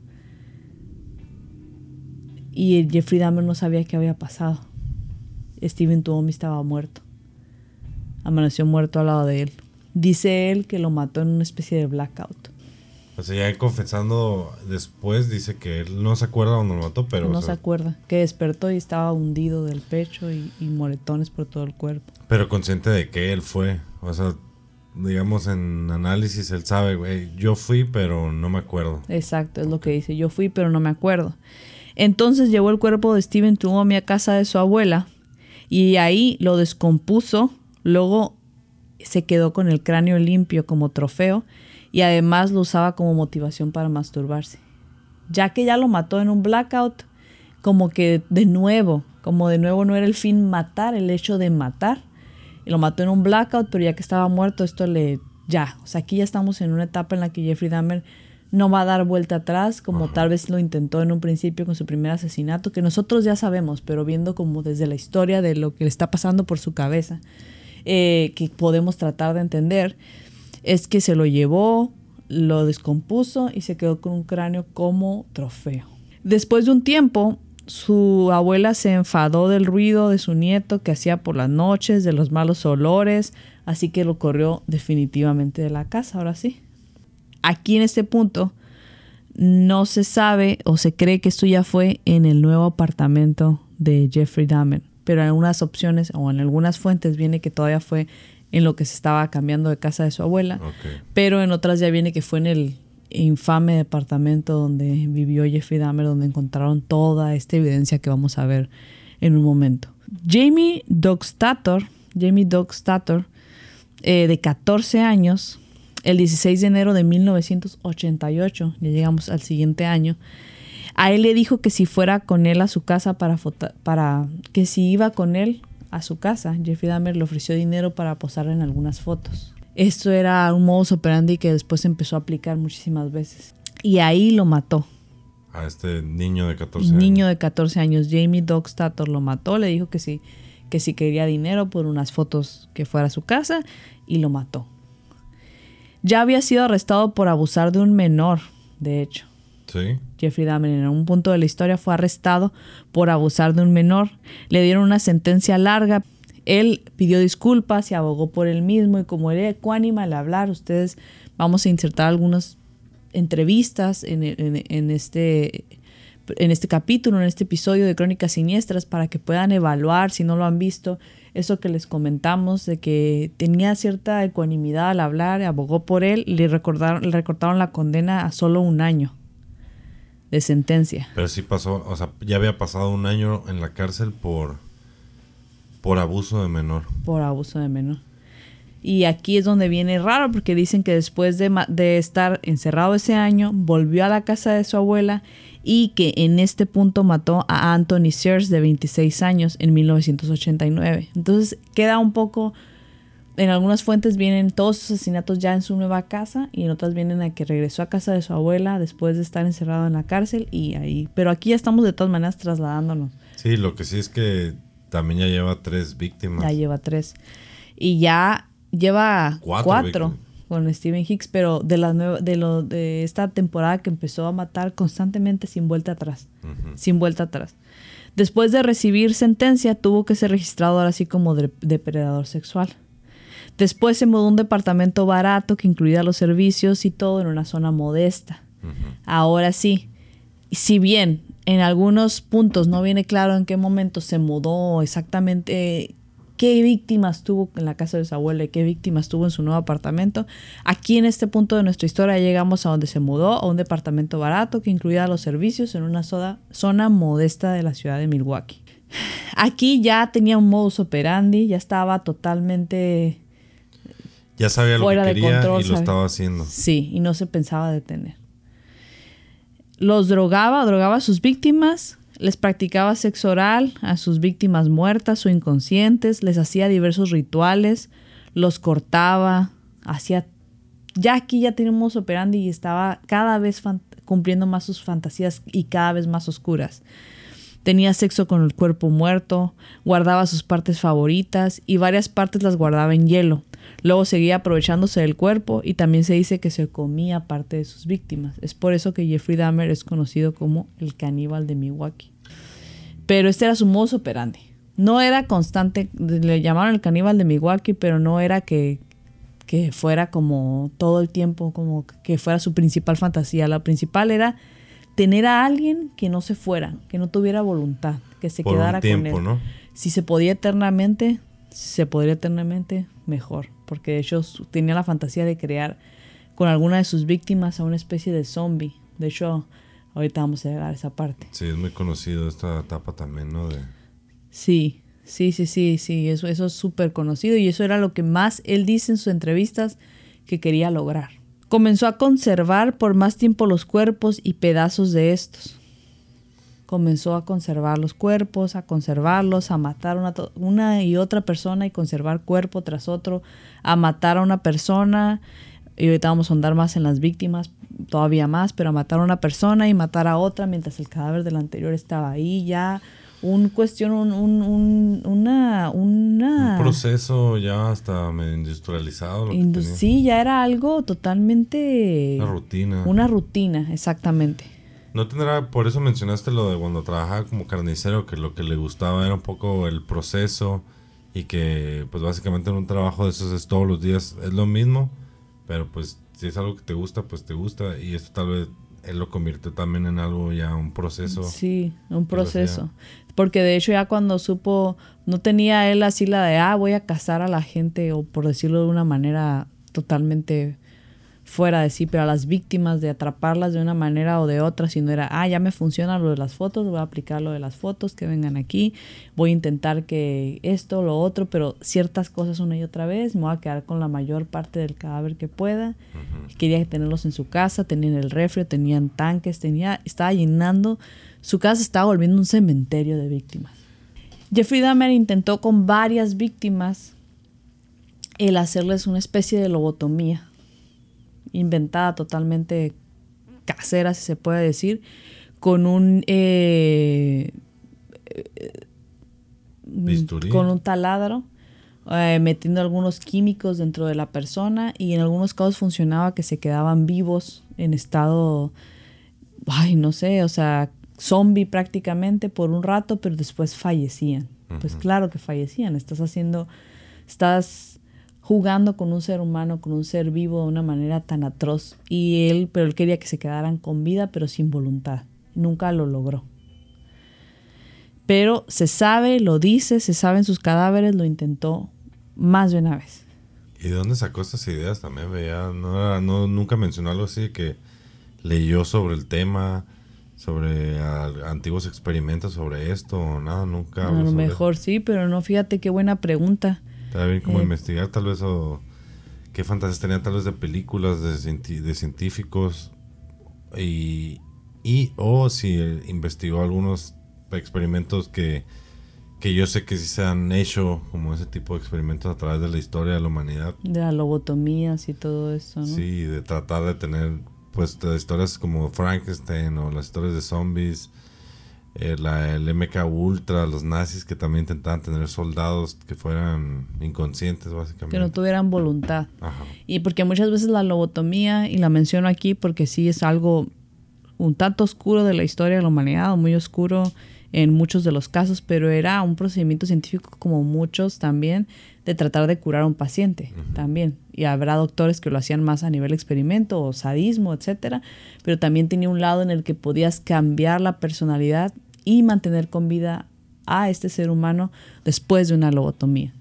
Y Jeffrey Dahmer no sabía qué había pasado. Steven Tuomi estaba muerto. Amaneció muerto al lado de él. Dice él que lo mató en una especie de blackout. O sea, ya confesando después, dice que él no se acuerda cuando lo mató, pero... No o sea, se acuerda. Que despertó y estaba hundido del pecho y, y moretones por todo el cuerpo. Pero consciente de que él fue. O sea, digamos en análisis, él sabe, güey, yo fui, pero no me acuerdo. Exacto, es lo que dice. Yo fui, pero no me acuerdo. Entonces llevó el cuerpo de Steven Tuomi a casa de su abuela y ahí lo descompuso. Luego se quedó con el cráneo limpio como trofeo y además lo usaba como motivación para masturbarse. Ya que ya lo mató en un blackout, como que de nuevo, como de nuevo no era el fin matar, el hecho de matar. Y lo mató en un blackout, pero ya que estaba muerto, esto le... Ya, o sea, aquí ya estamos en una etapa en la que Jeffrey Dahmer no va a dar vuelta atrás, como Ajá. tal vez lo intentó en un principio con su primer asesinato, que nosotros ya sabemos, pero viendo como desde la historia de lo que le está pasando por su cabeza, eh, que podemos tratar de entender, es que se lo llevó, lo descompuso y se quedó con un cráneo como trofeo. Después de un tiempo, su abuela se enfadó del ruido de su nieto que hacía por las noches, de los malos olores, así que lo corrió definitivamente de la casa, ahora sí. Aquí en este punto no se sabe o se cree que esto ya fue en el nuevo apartamento de Jeffrey Dahmer, pero en algunas opciones o en algunas fuentes viene que todavía fue en lo que se estaba cambiando de casa de su abuela, okay. pero en otras ya viene que fue en el infame departamento donde vivió Jeffrey Dahmer, donde encontraron toda esta evidencia que vamos a ver en un momento. Jamie Dockstader, Jamie Dockstader, eh, de catorce años, el dieciséis de enero de mil novecientos ochenta y ocho, ya llegamos al siguiente año, a él le dijo que si fuera con él a su casa para, foto- para que si iba con él a su casa, Jeffrey Dahmer le ofreció dinero para posar en algunas fotos. Esto era un modus operandi que después se empezó a aplicar muchísimas veces. Y ahí lo mató. A este niño de catorce años. Niño de catorce años. Jamie Dockstader lo mató. Le dijo que si, que si quería dinero por unas fotos que fuera a su casa. Y lo mató. Ya había sido arrestado por abusar de un menor, de hecho. Sí. Jeffrey Dahmer en un punto de la historia fue arrestado por abusar de un menor. Le dieron una sentencia larga. Él pidió disculpas y abogó por él mismo. Y como era ecuánime al hablar, ustedes vamos a insertar algunas entrevistas en, en, en, este, en este capítulo, en este episodio de Crónicas Siniestras, para que puedan evaluar, si no lo han visto, eso que les comentamos, de que tenía cierta ecuanimidad al hablar, abogó por él, y le, recordaron, le recortaron la condena a solo un año de sentencia. Pero sí pasó, o sea, ya había pasado un año en la cárcel por, por abuso de menor. Por abuso de menor. Y aquí es donde viene raro, porque dicen que después de, de estar encerrado ese año, volvió a la casa de su abuela y que en este punto mató a Anthony Sears, de veintiséis años, en mil novecientos ochenta y nueve. Entonces queda un poco... En algunas fuentes vienen todos sus asesinatos ya en su nueva casa, y en otras vienen a que regresó a casa de su abuela después de estar encerrado en la cárcel y ahí. Pero aquí ya estamos de todas maneras trasladándonos. Sí, lo que sí es que también ya lleva tres víctimas. Ya lleva tres. Y ya lleva cuatro, cuatro con Stephen Hicks, pero de la nueva, de lo de esta temporada que empezó a matar constantemente sin vuelta atrás. Uh-huh. Sin vuelta atrás. Después de recibir sentencia, tuvo que ser registrado ahora sí como de, depredador sexual. Después se mudó a un departamento barato que incluía los servicios y todo en una zona modesta. Uh-huh. Ahora sí, si bien en algunos puntos no viene claro en qué momento se mudó exactamente qué víctimas tuvo en la casa de su abuela y qué víctimas tuvo en su nuevo apartamento. Aquí en este punto de nuestra historia llegamos a donde se mudó, a un departamento barato que incluía los servicios en una soda, zona modesta de la ciudad de Milwaukee. Aquí ya tenía un modus operandi, ya estaba totalmente ya sabía fuera lo que quería de control, y lo ¿sabe? estaba haciendo. Sí, y no se pensaba detener. Los drogaba, drogaba a sus víctimas, les practicaba sexo oral a sus víctimas muertas o inconscientes, les hacía diversos rituales, los cortaba, hacía... Ya aquí ya tenía un modus operandi y estaba cada vez fan- cumpliendo más sus fantasías y cada vez más oscuras. Tenía sexo con el cuerpo muerto, guardaba sus partes favoritas y varias partes las guardaba en hielo. Luego seguía aprovechándose del cuerpo y también se dice que se comía parte de sus víctimas. Es por eso que Jeffrey Dahmer es conocido como el caníbal de Milwaukee. Pero este era su modus operandi. No era constante, le llamaron el caníbal de Milwaukee, pero no era que, que fuera como todo el tiempo, como que fuera su principal fantasía. La principal era tener a alguien que no se fuera, que no tuviera voluntad, que se Por quedara un tiempo, con él. ¿no? Si se podía eternamente, si se podría eternamente, mejor. Porque de hecho tenía la fantasía de crear con alguna de sus víctimas a una especie de zombie. De hecho, ahorita vamos a llegar a esa parte. Sí, es muy conocido esta etapa también, ¿no? De... Sí, sí, sí, sí, sí. Eso, eso es súper conocido y eso era lo que más él dice en sus entrevistas que quería lograr. Comenzó a conservar por más tiempo los cuerpos y pedazos de estos. Comenzó a conservar los cuerpos, a conservarlos, a matar una, una y otra persona y conservar cuerpo tras otro, a matar a una persona, y ahorita vamos a andar más en las víctimas, todavía más, pero a matar a una persona y matar a otra mientras el cadáver del anterior estaba ahí, ya un cuestión, un, un, un, una, una... Un proceso ya hasta medio industrializado. Lo Indu- que tenía. Sí, ya era algo totalmente... Una rutina. Una rutina, exactamente. No tendrá, por eso mencionaste lo de cuando trabajaba como carnicero, que lo que le gustaba era un poco el proceso y que pues básicamente en un trabajo de esos es todos los días, es lo mismo, pero pues si es algo que te gusta, pues te gusta y esto tal vez él lo convirtió también en algo ya, un proceso. Sí, un proceso. Porque de hecho ya cuando supo, no tenía él así la de, ah, voy a cazar a la gente, o por decirlo de una manera totalmente fuera de sí, pero a las víctimas, de atraparlas de una manera o de otra, sino era, ah, ya me funciona lo de las fotos, voy a aplicar lo de las fotos, que vengan aquí, voy a intentar que esto, lo otro, pero ciertas cosas una y otra vez, me voy a quedar con la mayor parte del cadáver que pueda. Uh-huh. Quería tenerlos en su casa, tenían el refri, tenían tanques, tenía, estaba llenando, su casa estaba volviendo un cementerio de víctimas. Jeffrey Dahmer intentó con varias víctimas el hacerles una especie de lobotomía, inventada, totalmente casera, si se puede decir, con un eh, Bisturí. con un taladro, eh, metiendo algunos químicos dentro de la persona, y en algunos casos funcionaba que se quedaban vivos en estado, ay, no sé, o sea, zombie prácticamente por un rato, pero después fallecían. Uh-huh. Pues claro que fallecían, estás haciendo, estás jugando con un ser humano, con un ser vivo de una manera tan atroz. Y él, pero él quería que se quedaran con vida, pero sin voluntad. Nunca lo logró. Pero se sabe, lo dice, se sabe en sus cadáveres, lo intentó más de una vez. ¿Y de dónde sacó estas ideas también? Veía, no, no, nunca mencionó algo así que leyó sobre el tema, sobre a, antiguos experimentos sobre esto, o nada, nunca. A lo mejor eso. Sí, pero no, fíjate qué buena pregunta. Está bien como eh, investigar tal vez, o qué fantasías tenía tal vez de películas de, cienti- de científicos, y, y o si investigó algunos experimentos que, que yo sé que sí se han hecho, como ese tipo de experimentos a través de la historia de la humanidad. De las lobotomías y todo eso, ¿no? Sí, de tratar de tener pues de historias como Frankenstein o las historias de zombies. Eh, la, el M K Ultra, los nazis que también intentaban tener soldados que fueran inconscientes básicamente. Que no tuvieran voluntad. Ajá. Y porque muchas veces la lobotomía, y la menciono aquí porque sí es algo un tanto oscuro de la historia de la humanidad, o muy oscuro en muchos de los casos, pero era un procedimiento científico como muchos también, de tratar de curar a un paciente. Uh-huh. También. Y habrá doctores que lo hacían más a nivel experimento o sadismo, etcétera, pero también tenía un lado en el que podías cambiar la personalidad y mantener con vida a este ser humano después de una lobotomía.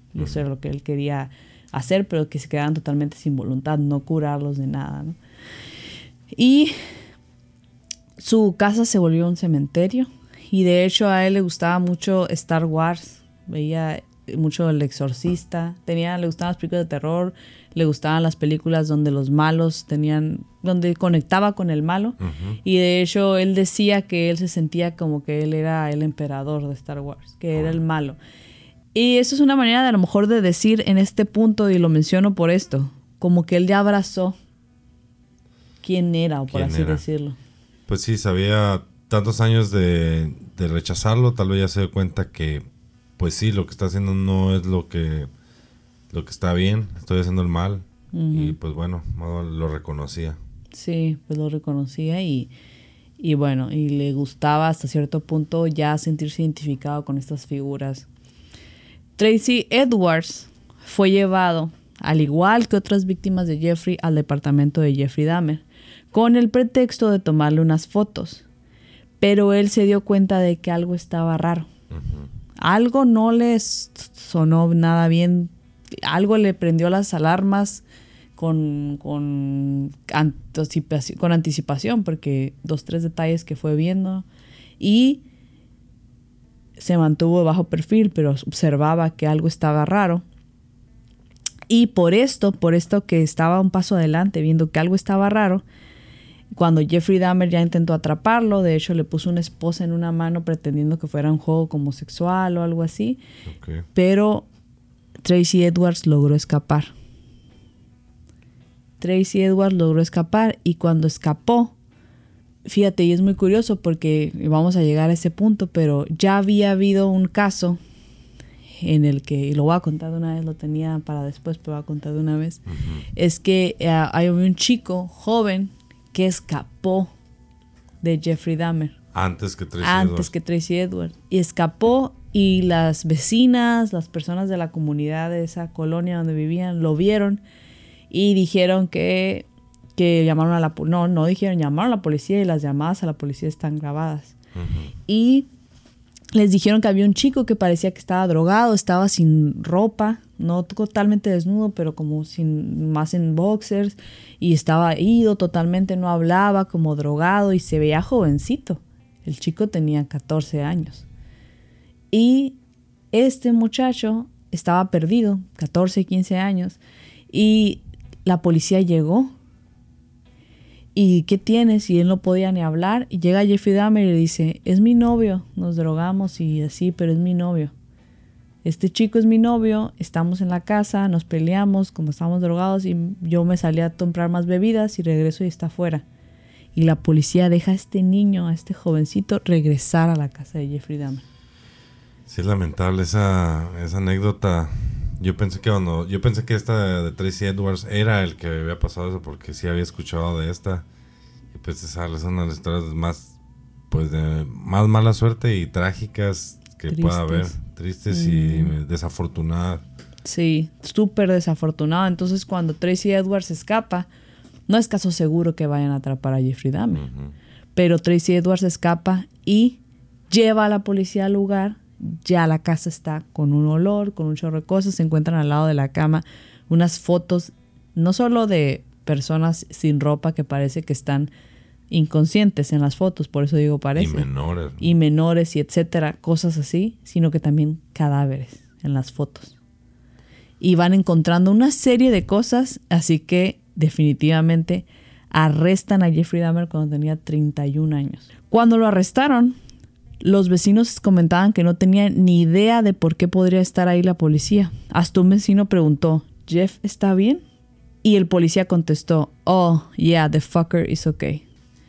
Y uh-huh. eso era lo que él quería hacer, pero que se quedaran totalmente sin voluntad, no curarlos de nada, ¿no? Y su casa se volvió un cementerio. Y de hecho a él le gustaba mucho Star Wars. Veía mucho El Exorcista. Tenía, le gustaban las películas de terror. Le gustaban las películas donde los malos tenían... donde conectaba con el malo. Uh-huh. Y de hecho él decía que él se sentía como que él era el emperador de Star Wars. Que uh-huh. era el malo. Y eso es una manera de a lo mejor de decir en este punto, y lo menciono por esto, como que él ya abrazó quién era, o por así era? decirlo. Pues sí, sabía tantos años de, de rechazarlo, tal vez ya se dio cuenta que, pues sí, lo que está haciendo no es lo que, lo que está bien, estoy haciendo el mal. Uh-huh. Y pues bueno, lo reconocía. Sí, pues lo reconocía y, y bueno, y le gustaba hasta cierto punto ya sentirse identificado con estas figuras. Tracy Edwards fue llevado, al igual que otras víctimas de Jeffrey, al departamento de Jeffrey Dahmer, con el pretexto de tomarle unas fotos. Pero él se dio cuenta de que algo estaba raro. Uh-huh. Algo no le sonó nada bien. Algo le prendió las alarmas con, con, anticipación, con anticipación, porque dos, tres detalles que fue viendo. Y se mantuvo bajo perfil, pero observaba que algo estaba raro. Y por esto, por esto que estaba un paso adelante, viendo que algo estaba raro, cuando Jeffrey Dahmer ya intentó atraparlo, de hecho le puso una esposa en una mano pretendiendo que fuera un juego como sexual o algo así. Okay. Pero Tracy Edwards logró escapar. Tracy Edwards logró escapar y cuando escapó, fíjate, y es muy curioso porque vamos a llegar a ese punto, pero ya había habido un caso en el que, y lo voy a contar de una vez, lo tenía para después, pero voy a contar de una vez, uh-huh. es que uh, hay un chico joven que escapó de Jeffrey Dahmer. Antes que Tracy Antes Edwards. que Tracy Edwards. Y escapó y las vecinas, las personas de la comunidad de esa colonia donde vivían, lo vieron y dijeron que, que llamaron a la policía. No, no dijeron, llamaron a la policía y las llamadas a la policía están grabadas. Uh-huh. Y les dijeron que había un chico que parecía que estaba drogado, estaba sin ropa, no totalmente desnudo, pero como sin, más en boxers, y estaba ido totalmente, no hablaba, como drogado, y se veía jovencito. El chico tenía catorce años. Y este muchacho estaba perdido, catorce, quince años, y la policía llegó. ¿Y qué tienes? Y él no podía ni hablar. Y llega Jeffrey Dahmer y le dice, es mi novio, nos drogamos y así, pero es mi novio. Este chico es mi novio, estamos en la casa, nos peleamos como estamos drogados y yo me salí a comprar más bebidas y regreso y está afuera. Y la policía deja a este niño, a este jovencito, regresar a la casa de Jeffrey Dahmer. Sí, es lamentable esa, esa anécdota. Yo pensé que cuando yo pensé que esta de Tracy Edwards era el que había pasado eso porque sí había escuchado de esta y pues esa es una de las historias más pues de más mala suerte y trágicas que tristes. Pueda haber, tristes mm. y desafortunadas. Sí, súper desafortunado. Entonces cuando Tracy Edwards escapa, no es caso seguro que vayan a atrapar a Jeffrey Dahmer, uh-huh. pero Tracy Edwards escapa y lleva a la policía al lugar. Ya la casa está con un olor, con un chorro de cosas. Se encuentran al lado de la cama unas fotos, no solo de personas sin ropa que parece que están inconscientes en las fotos, por eso digo parece. Y menores. Y menores y etcétera, cosas así, sino que también cadáveres en las fotos. Y van encontrando una serie de cosas, así que definitivamente arrestan a Jeffrey Dahmer cuando tenía treinta y un años. Cuando lo arrestaron, los vecinos comentaban que no tenían ni idea de por qué podría estar ahí la policía. Hasta un vecino preguntó, ¿Jeff está bien? Y el policía contestó, oh, yeah, the fucker is okay.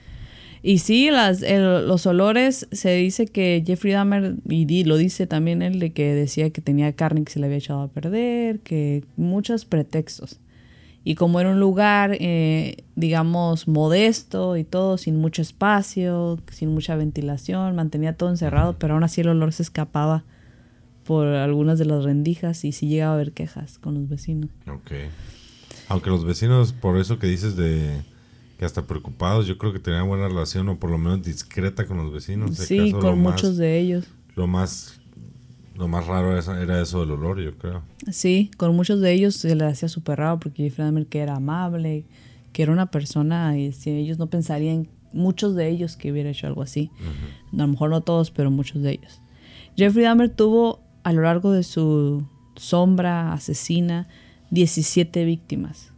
Y sí, las, el, los olores, se dice que Jeffrey Dahmer, y di, lo dice también él, de que decía que tenía carne que se le había echado a perder, que muchos pretextos. Y como era un lugar, eh, digamos, modesto y todo, sin mucho espacio, sin mucha ventilación, mantenía todo encerrado, pero aún así el olor se escapaba por algunas de las rendijas y sí llegaba a haber quejas con los vecinos. Ok. Aunque los vecinos, por eso que dices de que hasta preocupados, yo creo que tenían buena relación o por lo menos discreta con los vecinos. Sí, con muchos más, de ellos. Lo más Lo más raro era eso del olor, yo creo. Sí, con muchos de ellos se les hacía súper raro porque Jeffrey Dahmer, que era amable, que era una persona, y si ellos no pensarían, muchos de ellos, que hubiera hecho algo así. Uh-huh. A lo mejor no todos, pero muchos de ellos. Jeffrey Dahmer tuvo a lo largo de su sombra asesina diecisiete víctimas.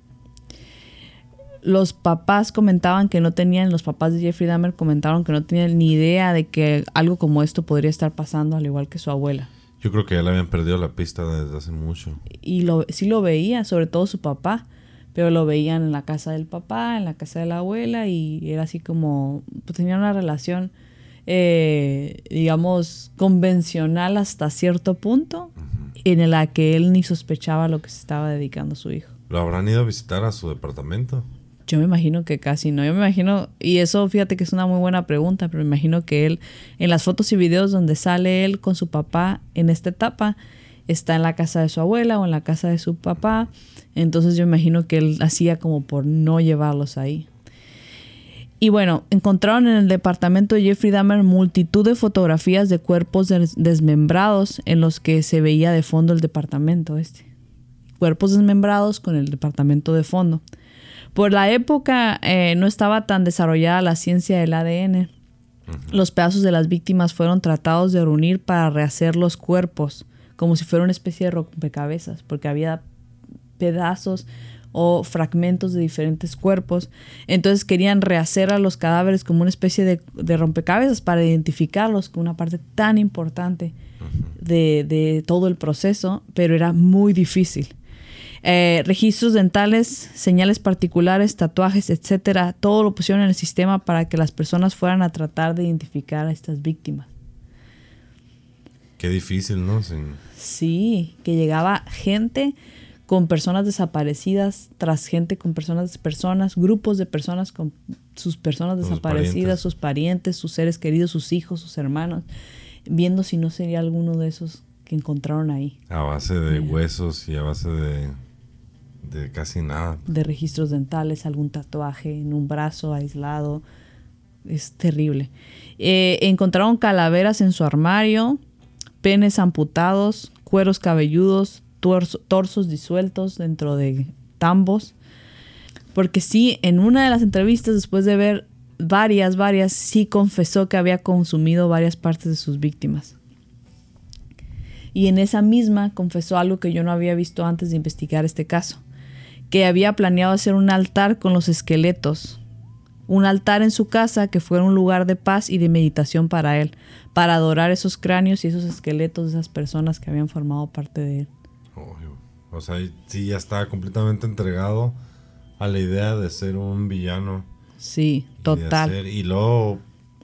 Los papás comentaban que no tenían, los papás de Jeffrey Dahmer comentaron que no tenían ni idea de que algo como esto podría estar pasando, al igual que su abuela. Yo creo que ya le habían perdido la pista desde hace mucho. Y lo, sí lo veía, sobre todo su papá, pero lo veían en la casa del papá, en la casa de la abuela, y era así como, pues tenían una relación, eh, digamos, convencional hasta cierto punto, uh-huh. en la que él ni sospechaba lo que se estaba dedicando a su hijo. ¿Lo habrán ido a visitar a su departamento? Yo me imagino que casi no. Yo me imagino, y eso fíjate que es una muy buena pregunta, pero me imagino que él, en las fotos y videos donde sale él con su papá en esta etapa, está en la casa de su abuela o en la casa de su papá. Entonces yo me imagino que él hacía como por no llevarlos ahí. Y bueno, encontraron en el departamento de Jeffrey Dahmer multitud de fotografías de cuerpos des- desmembrados en los que se veía de fondo el departamento este. Cuerpos desmembrados con el departamento de fondo. Por la época eh, no estaba tan desarrollada la ciencia del A D N. Uh-huh. Los pedazos de las víctimas fueron tratados de reunir para rehacer los cuerpos, como si fuera una especie de rompecabezas, porque había pedazos o fragmentos de diferentes cuerpos. Entonces querían rehacer a los cadáveres como una especie de, de rompecabezas para identificarlos como una parte tan importante uh-huh. de, de todo el proceso, pero era muy difícil. Eh, registros dentales, señales particulares, tatuajes, etcétera, todo lo pusieron en el sistema para que las personas fueran a tratar de identificar a estas víctimas. Qué difícil, ¿no? Sin... Sí, que llegaba gente con personas desaparecidas, tras gente con personas, personas, grupos de personas con sus personas con desaparecidas, parientes. sus parientes, sus seres queridos, sus hijos, sus hermanos, viendo si no sería alguno de esos que encontraron ahí. A base de yeah. huesos y a base de... de casi nada. De registros dentales, algún tatuaje en un brazo aislado. Es terrible. Eh, encontraron calaveras en su armario, penes amputados, cueros cabelludos, torso, torsos disueltos dentro de tambos. Porque sí, en una de las entrevistas, después de ver varias, varias, sí confesó que había consumido varias partes de sus víctimas. Y en esa misma confesó algo que yo no había visto antes de investigar este caso. Que había planeado hacer un altar con los esqueletos. Un altar en su casa que fuera un lugar de paz y de meditación para él. Para adorar esos cráneos y esos esqueletos de esas personas que habían formado parte de él. Oh, o sea, sí, ya estaba completamente entregado a la idea de ser un villano. Sí, total. Y, hacer, y luego,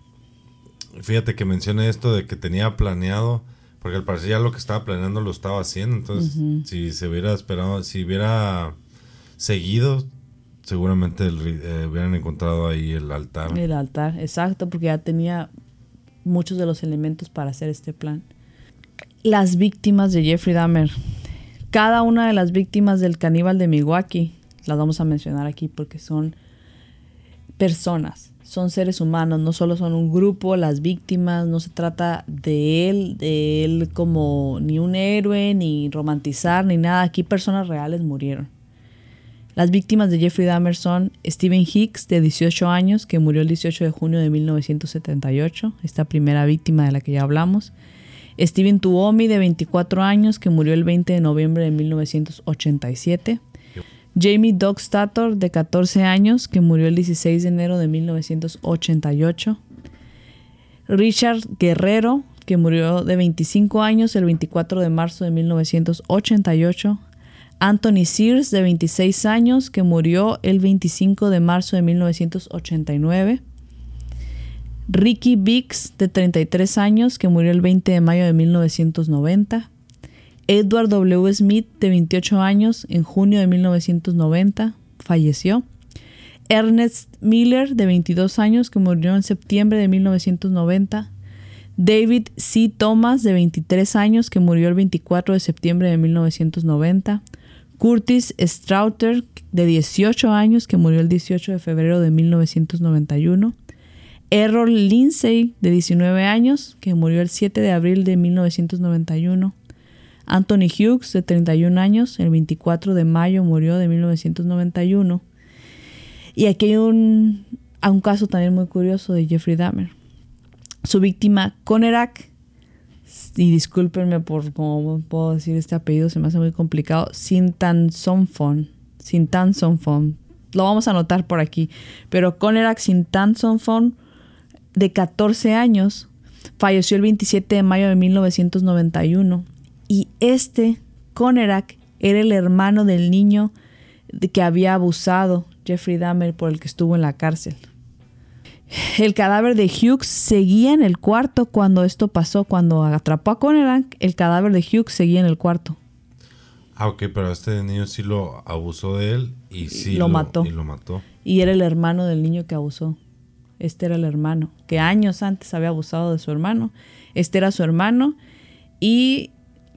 fíjate que mencioné esto de que tenía planeado, porque al parecer ya lo que estaba planeando lo estaba haciendo. Entonces, uh-huh. si se hubiera esperado, si hubiera... seguido, seguramente el, eh, hubieran encontrado ahí el altar. El altar, exacto, porque ya tenía muchos de los elementos para hacer este plan. Las víctimas de Jeffrey Dahmer. Cada una de las víctimas del caníbal de Milwaukee, las vamos a mencionar aquí porque son personas, son seres humanos, no solo son un grupo, las víctimas, no se trata de él, de él como ni un héroe, ni romantizar, ni nada. Aquí personas reales murieron. Las víctimas de Jeffrey Dahmer son Stephen Hicks, de dieciocho años, que murió el dieciocho de junio de mil novecientos setenta y ocho, esta primera víctima de la que ya hablamos. Steven Tuomi, de veinticuatro años, que murió el veinte de noviembre de mil novecientos ochenta y siete. Jamie Doug Stator, de catorce años, que murió el dieciséis de enero de mil novecientos ochenta y ocho. Richard Guerrero, que murió de veinticinco años el veinticuatro de marzo de mil novecientos ochenta y ocho. Anthony Sears, de veintiséis años, que murió el veinticinco de marzo de mil novecientos ochenta y nueve. Ricky Biggs, de treinta y tres años, que murió el veinte de mayo de mil novecientos noventa. Edward W. Smith, de veintiocho años, en junio de mil novecientos noventa, falleció. Ernest Miller, de veintidós años, que murió en septiembre de mil novecientos noventa. David C. Thomas, de veintitrés años, que murió el veinticuatro de septiembre de mil novecientos noventa. Curtis Strauter, de dieciocho años, que murió el dieciocho de febrero de mil novecientos noventa y uno. Errol Lindsey, de diecinueve años, que murió el siete de abril de mil novecientos noventa y uno. Anthony Hughes, de treinta y un años, el veinticuatro de mayo murió de mil novecientos noventa y uno. Y aquí hay un, un caso también muy curioso de Jeffrey Dahmer. Su víctima, Conerak, y discúlpenme por cómo puedo decir este apellido, se me hace muy complicado, Sintansonfon, Sintansonfon, lo vamos a anotar por aquí, pero Conerak Sintansonfon, de catorce años, falleció el veintisiete de mayo de mil novecientos noventa y uno. Y este, Conerak, era el hermano del niño de que había abusado Jeffrey Dahmer, por el que estuvo en la cárcel. El cadáver de Hughes seguía en el cuarto cuando esto pasó. Cuando atrapó a Conerak, el cadáver de Hughes seguía en el cuarto. Ah, ok, pero este niño sí lo abusó de él y sí lo, lo mató. Y lo mató. Y era el hermano del niño que abusó. Este era el hermano, que años antes había abusado de su hermano. Este era su hermano. Y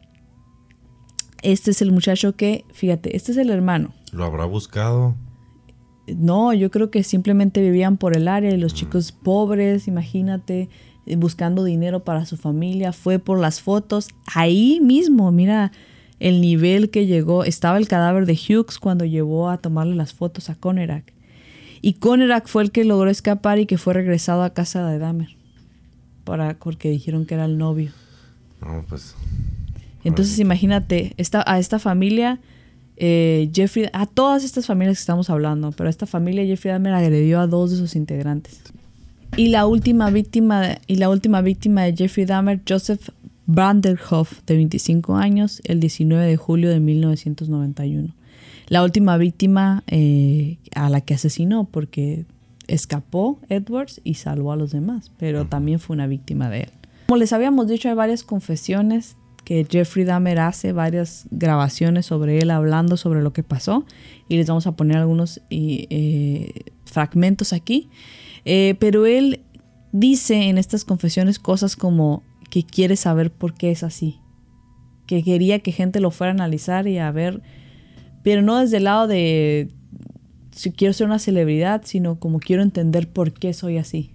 este es el muchacho que, fíjate, este es el hermano. ¿Lo habrá buscado? No, yo creo que simplemente vivían por el área y los mm. chicos pobres, imagínate, buscando dinero para su familia. Fue por las fotos. Ahí mismo, mira el nivel que llegó. Estaba el cadáver de Hughes cuando llevó a tomarle las fotos a Conerak. Y Conerak fue el que logró escapar y que fue regresado a casa de Dahmer. Para, porque dijeron que era el novio. No, pues... Entonces bueno. Imagínate, esta, a esta familia... Eh, Jeffrey, a todas estas familias que estamos hablando, pero a esta familia Jeffrey Dahmer agredió a dos de sus integrantes. Y la última víctima de, y la última víctima de Jeffrey Dahmer, Joseph Branderhoff, de veinticinco años, el diecinueve de julio de mil novecientos noventa y uno. La última víctima eh, a la que asesinó, porque escapó Edwards y salvó a los demás, pero también fue una víctima de él. Como les habíamos dicho, hay varias confesiones que Jeffrey Dahmer hace, varias grabaciones sobre él hablando sobre lo que pasó, y les vamos a poner algunos eh, fragmentos aquí. Eh, pero él dice en estas confesiones cosas como que quiere saber por qué es así, que quería que gente lo fuera a analizar y a ver, pero no desde el lado de si quiero ser una celebridad, sino como quiero entender por qué soy así.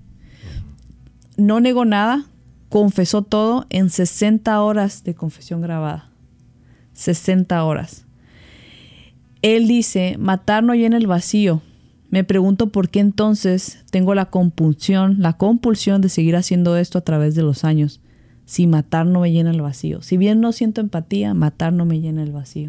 No negó nada. Confesó todo en sesenta horas de confesión grabada. sesenta horas. Él dice, matar no llena el vacío. Me pregunto por qué entonces tengo la compulsión, la compulsión de seguir haciendo esto a través de los años. Si matar no me llena el vacío. Si bien no siento empatía, matar no me llena el vacío.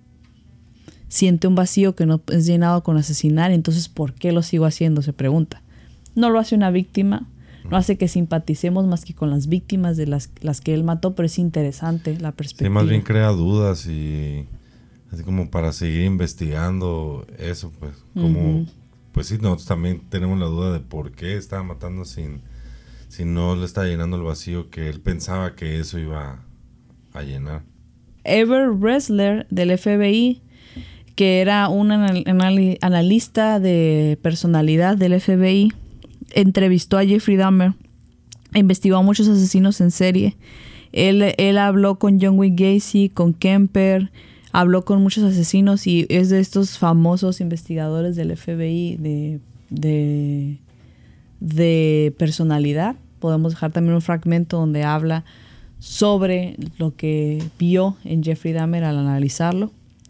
Siente un vacío que no es llenado con asesinar, entonces ¿por qué lo sigo haciendo? Se pregunta. No lo hace una víctima. No hace que simpaticemos más que con las víctimas de las, las que él mató, pero es interesante la perspectiva. Sí, más bien crea dudas y así como para seguir investigando eso, pues como, uh-huh. Pues sí, nosotros también tenemos la duda de por qué estaba matando sin, si no le está llenando el vacío que él pensaba que eso iba a llenar. Ever Ressler del F B I, que era un anal- analista de personalidad del F B I, entrevistó a Jeffrey Dahmer, investigó a muchos asesinos en serie. Él, él habló con John Wayne Gacy, con Kemper, habló con muchos asesinos y es de estos famosos investigadores del F B I de, de, de personalidad. Podemos dejar también un fragmento donde habla sobre lo que vio en Jeffrey Dahmer al analizarlo.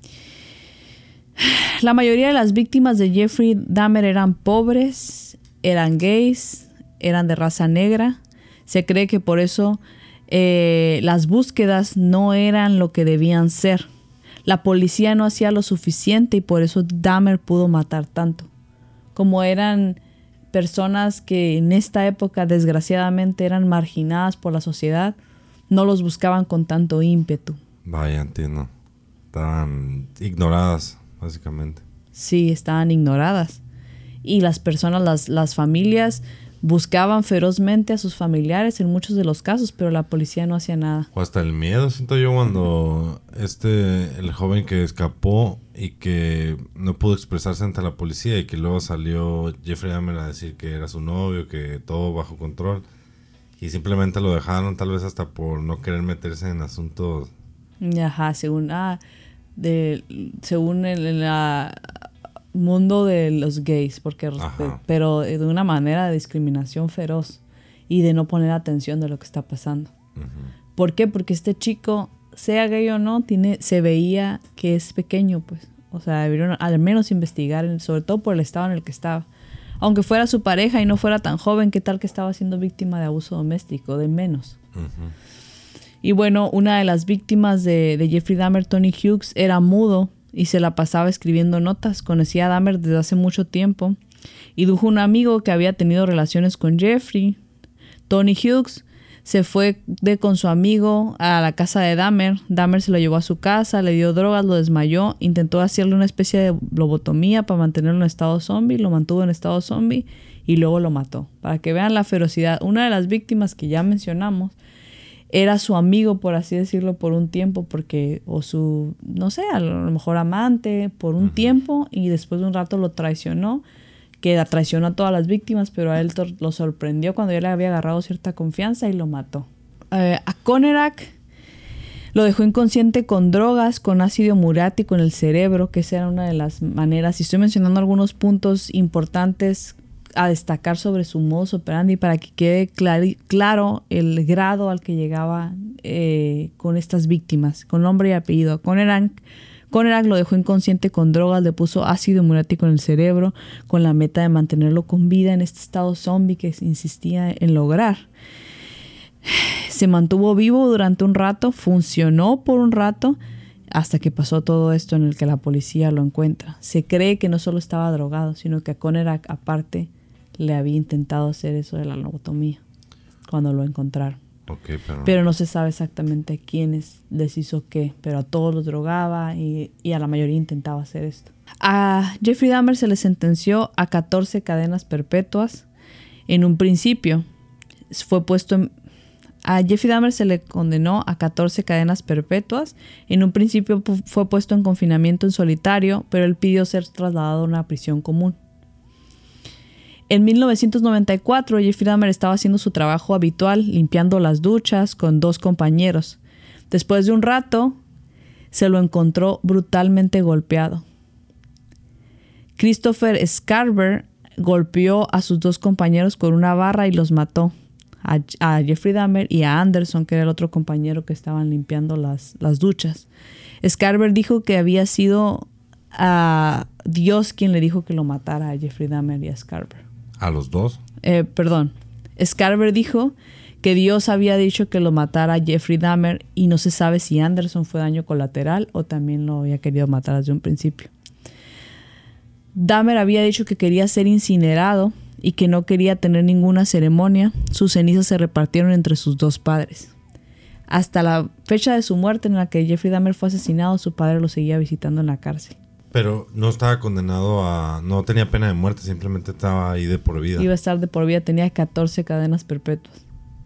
La mayoría de las víctimas de Jeffrey Dahmer eran pobres, eran gays, eran de raza negra. Se cree que por eso eh, las búsquedas no eran lo que debían ser. La policía no hacía lo suficiente y por eso Dahmer pudo matar tanto. Como eran personas que en esta época desgraciadamente eran marginadas por la sociedad, no los buscaban con tanto ímpetu. Vaya, entiendo. Estaban ignoradas, básicamente. Sí, estaban ignoradas. Y las personas, las, las familias buscaban ferozmente a sus familiares en muchos de los casos, pero la policía no hacía nada. O hasta el miedo siento yo cuando este, el joven que escapó y que no pudo expresarse ante la policía y que luego salió Jeffrey Dahmer a decir que era su novio, que todo bajo control, y simplemente lo dejaron tal vez hasta por no querer meterse en asuntos. Ajá, según, ah, de, según el, la... mundo de los gays, porque Ajá. pero de una manera de discriminación feroz y de no poner atención de lo que está pasando. Uh-huh. ¿Por qué? Porque este chico, sea gay o no, tiene, se veía que es pequeño, pues. O sea, debieron al menos investigar, sobre todo por el estado en el que estaba. Aunque fuera su pareja y no fuera tan joven, ¿qué tal que estaba siendo víctima de abuso doméstico? De menos. Uh-huh. Y bueno, una de las víctimas de, de Jeffrey Dahmer, Tony Hughes, era mudo y se la pasaba escribiendo notas. Conocía a Dahmer desde hace mucho tiempo y dijo un amigo que había tenido relaciones con Jeffrey. Tony Hughes se fue de con su amigo a la casa de Dahmer. Dahmer se lo llevó a su casa, le dio drogas, lo desmayó, intentó hacerle una especie de lobotomía para mantenerlo en estado zombie, lo mantuvo en estado zombie y luego lo mató. Para que vean la ferocidad. Una de las víctimas que ya mencionamos era su amigo, por así decirlo, por un tiempo, porque, o su, no sé, a lo mejor amante, por un uh-huh. tiempo, y después de un rato lo traicionó, que traicionó a todas las víctimas, pero a él lo sorprendió cuando ya le había agarrado cierta confianza y lo mató. Eh, a Conerak lo dejó inconsciente con drogas, con ácido muriático en el cerebro, que esa era una de las maneras. Y estoy mencionando algunos puntos importantes a destacar sobre su modus operandi para que quede clar- claro el grado al que llegaba eh, con estas víctimas, con nombre y apellido. Conerak Conerak lo dejó inconsciente con drogas, le puso ácido muriático en el cerebro con la meta de mantenerlo con vida en este estado zombie que insistía en lograr. Se mantuvo vivo durante un rato, funcionó por un rato, hasta que pasó todo esto en el que la policía lo encuentra. Se cree que no solo estaba drogado, sino que a Conerak, aparte, le había intentado hacer eso de la lobotomía cuando lo encontraron. Okay, pero... pero no se sabe exactamente quiénes les hizo qué, pero a todos los drogaba y, y a la mayoría intentaba hacer esto. A Jeffrey Dahmer se le sentenció a catorce cadenas perpetuas. En un principio fue puesto en, a Jeffrey Dahmer se le condenó a catorce cadenas perpetuas. En un principio fue puesto en confinamiento en solitario, pero él pidió ser trasladado a una prisión común. En mil novecientos noventa y cuatro, Jeffrey Dahmer estaba haciendo su trabajo habitual, limpiando las duchas con dos compañeros. Después de un rato, se lo encontró brutalmente golpeado. Christopher Scarver golpeó a sus dos compañeros con una barra y los mató. A, a Jeffrey Dahmer y a Anderson, que era el otro compañero que estaban limpiando las, las duchas. Scarver dijo que había sido a Dios quien le dijo que lo matara a Jeffrey Dahmer y a Scarver. ¿A los dos? Eh, perdón. Scarver dijo que Dios había dicho que lo matara a Jeffrey Dahmer y no se sabe si Anderson fue daño colateral o también lo había querido matar desde un principio. Dahmer había dicho que quería ser incinerado y que no quería tener ninguna ceremonia. Sus cenizas se repartieron entre sus dos padres. Hasta la fecha de su muerte, en la que Jeffrey Dahmer fue asesinado, su padre lo seguía visitando en la cárcel. Pero no estaba condenado a... No tenía pena de muerte, simplemente estaba ahí de por vida. Iba a estar de por vida, tenía catorce cadenas perpetuas.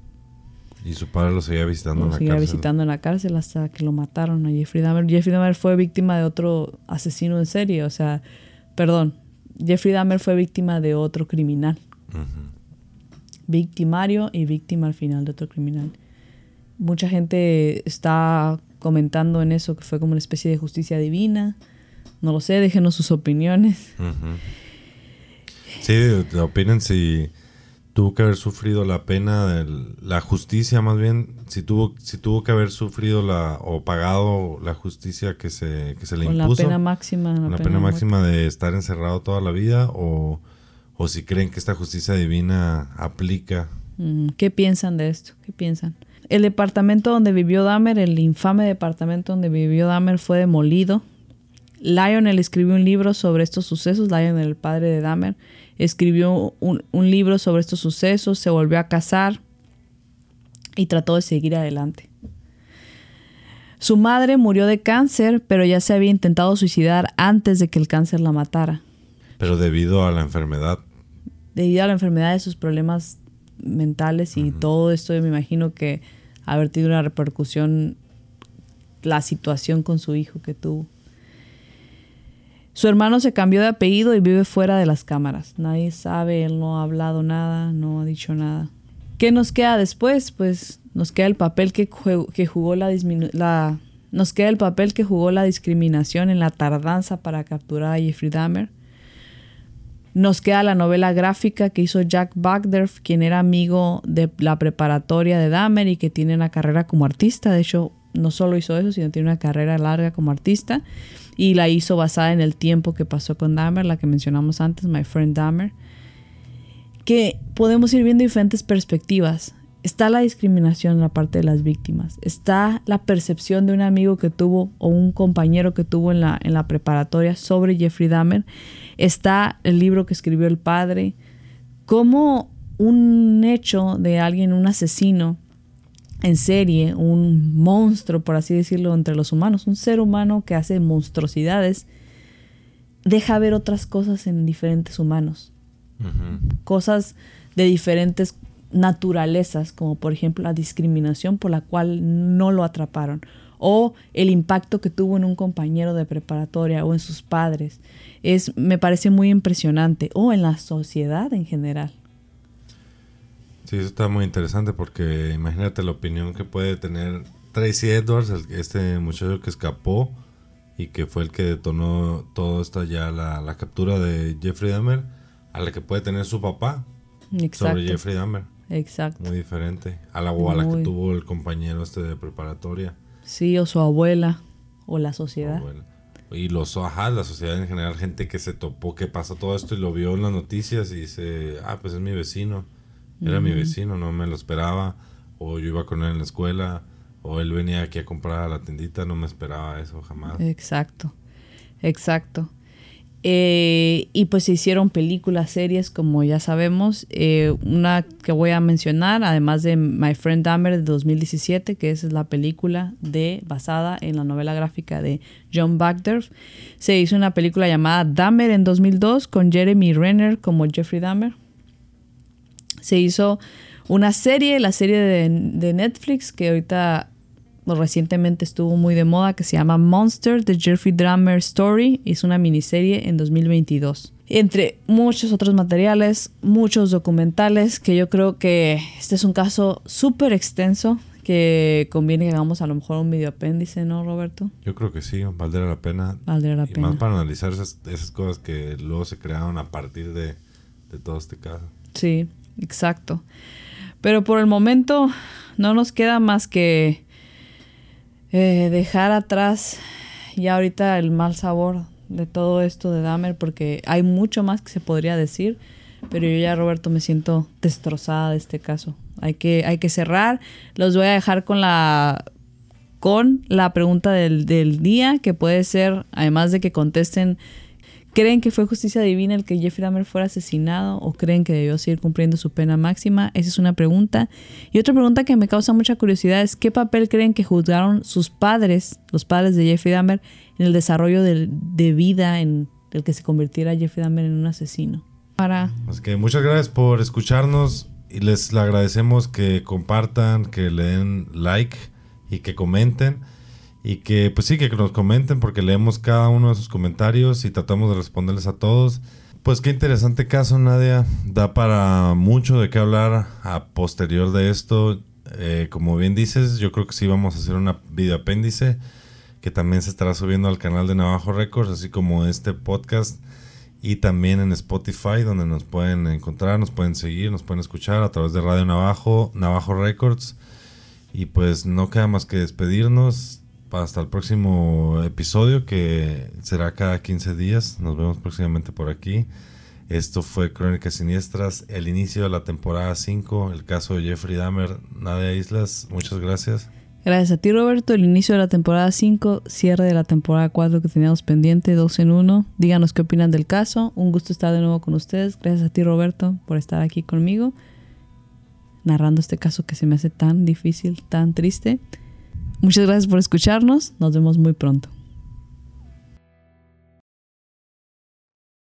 Y su padre lo seguía visitando lo en la seguía cárcel. visitando en la cárcel hasta que lo mataron a Jeffrey Dahmer. Jeffrey Dahmer fue víctima de otro asesino en serie, o sea... Perdón, Jeffrey Dahmer fue víctima de otro criminal. Uh-huh. Victimario y víctima al final de otro criminal. Mucha gente está comentando en eso que fue como una especie de justicia divina. No lo sé, déjenos sus opiniones. Uh-huh. Sí, opinen si tuvo que haber sufrido la pena, de la justicia más bien, si tuvo si tuvo que haber sufrido la o pagado la justicia que se que se le Con impuso. La pena máxima. La, la pena, pena máxima muerte. de estar encerrado toda la vida o, o si creen que esta justicia divina aplica. ¿Qué piensan de esto? ¿Qué piensan? El departamento donde vivió Dahmer, el infame departamento donde vivió Dahmer, fue demolido. Lionel escribió un libro sobre estos sucesos. Lionel, el padre de Dahmer, escribió un, un libro sobre estos sucesos, se volvió a casar y trató de seguir adelante. Su madre murió de cáncer, pero ya se había intentado suicidar antes de que el cáncer la matara. Pero debido a la enfermedad. Debido a la enfermedad de sus problemas mentales y uh-huh. todo esto, yo me imagino que haber tenido una repercusión la situación con su hijo que tuvo. Su hermano se cambió de apellido y vive fuera de las cámaras. Nadie sabe, él no ha hablado nada, no ha dicho nada. ¿Qué nos queda después? Pues nos queda el papel que jugó, que jugó la, disminu- la nos queda el papel que jugó la discriminación en la tardanza para capturar a Jeffrey Dahmer. Nos queda la novela gráfica que hizo Jack Bagdorf, quien era amigo de la preparatoria de Dahmer y que tiene una carrera como artista. De hecho, no solo hizo eso, sino tiene una carrera larga como artista. Y la hizo basada en el tiempo que pasó con Dahmer, la que mencionamos antes, My Friend Dahmer. Que podemos ir viendo diferentes perspectivas. Está la discriminación en la parte de las víctimas. Está la percepción de un amigo que tuvo o un compañero que tuvo en la, en la preparatoria sobre Jeffrey Dahmer. Está el libro que escribió el padre. Cómo un hecho de alguien, un asesino en serie, un monstruo, por así decirlo, entre los humanos, un ser humano que hace monstruosidades, deja ver otras cosas en diferentes humanos. Uh-huh. Cosas de diferentes naturalezas, como por ejemplo la discriminación por la cual no lo atraparon, o el impacto que tuvo en un compañero de preparatoria o en sus padres. Es, me parece muy impresionante, o en la sociedad en general. Sí, eso está muy interesante porque imagínate la opinión que puede tener Tracy Edwards, el, este muchacho que escapó y que fue el que detonó todo esto ya, la, la captura de Jeffrey Dahmer, a la que puede tener su papá. Exacto. Sobre Jeffrey Dahmer. Exacto. Muy diferente a la, o a la muy... que tuvo el compañero este de preparatoria. Sí, o su abuela, o la sociedad. Abuela. Y los, ajá, la sociedad en general, gente que se topó, que pasó todo esto y lo vio en las noticias y dice, ah, pues es mi vecino. Era uh-huh. mi vecino, no me lo esperaba. O yo iba con él en la escuela. O él venía aquí a comprar a la tiendita, no me esperaba eso jamás. Exacto, exacto. Eh, y pues se hicieron películas, series, como ya sabemos. Eh, una que voy a mencionar, además de My Friend Dahmer de dos mil diecisiete, que es la película de, basada en la novela gráfica de John Bagdorf. Se hizo una película llamada Dahmer en dos mil dos con Jeremy Renner como Jeffrey Dahmer. Se hizo una serie, la serie de, de Netflix, que ahorita pues, recientemente estuvo muy de moda, que se llama Monster, The Jeffrey Dahmer Story. Es una miniserie en dos mil veintidós. Entre muchos otros materiales, muchos documentales, que yo creo que este es un caso súper extenso, que conviene que hagamos a lo mejor un video apéndice, ¿no, Roberto? Yo creo que sí, valdrá la pena. Valdrá la y pena. más para analizar esas, esas cosas que luego se crearon a partir de, de todo este caso. Sí. Exacto. Pero por el momento no nos queda más que eh, dejar atrás ya ahorita el mal sabor de todo esto de Dahmer, porque hay mucho más que se podría decir, pero yo ya, Roberto, me siento destrozada de este caso. Hay que, hay que cerrar. Los voy a dejar con la, con la pregunta del, del día, que puede ser, además de que contesten, ¿creen que fue justicia divina el que Jeffrey Dahmer fuera asesinado o creen que debió seguir cumpliendo su pena máxima? Esa es una pregunta. Y otra pregunta que me causa mucha curiosidad es ¿qué papel creen que juzgaron sus padres, los padres de Jeffrey Dahmer, en el desarrollo de, de vida en el que se convirtiera Jeffrey Dahmer en un asesino? Para... Así que muchas gracias por escucharnos y les agradecemos que compartan, que le den like y que comenten. Y que pues sí, que nos comenten porque leemos cada uno de sus comentarios y tratamos de responderles a todos. Pues qué interesante caso, Nadia. Da para mucho de qué hablar a posterior de esto. Eh, como bien dices, yo creo que sí vamos a hacer una video apéndice que también se estará subiendo al canal de Navajo Records, así como este podcast. Y también en Spotify, donde nos pueden encontrar, nos pueden seguir, nos pueden escuchar a través de Radio Navajo, Navajo Records. Y pues no queda más que despedirnos. Hasta el próximo episodio, que será cada quince días. Nos vemos próximamente por aquí. Esto fue Crónicas Siniestras, el inicio de la temporada cinco, el caso de Jeffrey Dahmer. Nadia Islas, muchas gracias. Gracias a ti, Roberto. El inicio de la temporada cinco, cierre de la temporada cuatro que teníamos pendiente, dos en uno. Díganos qué opinan del caso. Un gusto estar de nuevo con ustedes. Gracias a ti, Roberto, por estar aquí conmigo, narrando este caso que se me hace tan difícil, tan triste. Muchas gracias por escucharnos. Nos vemos muy pronto.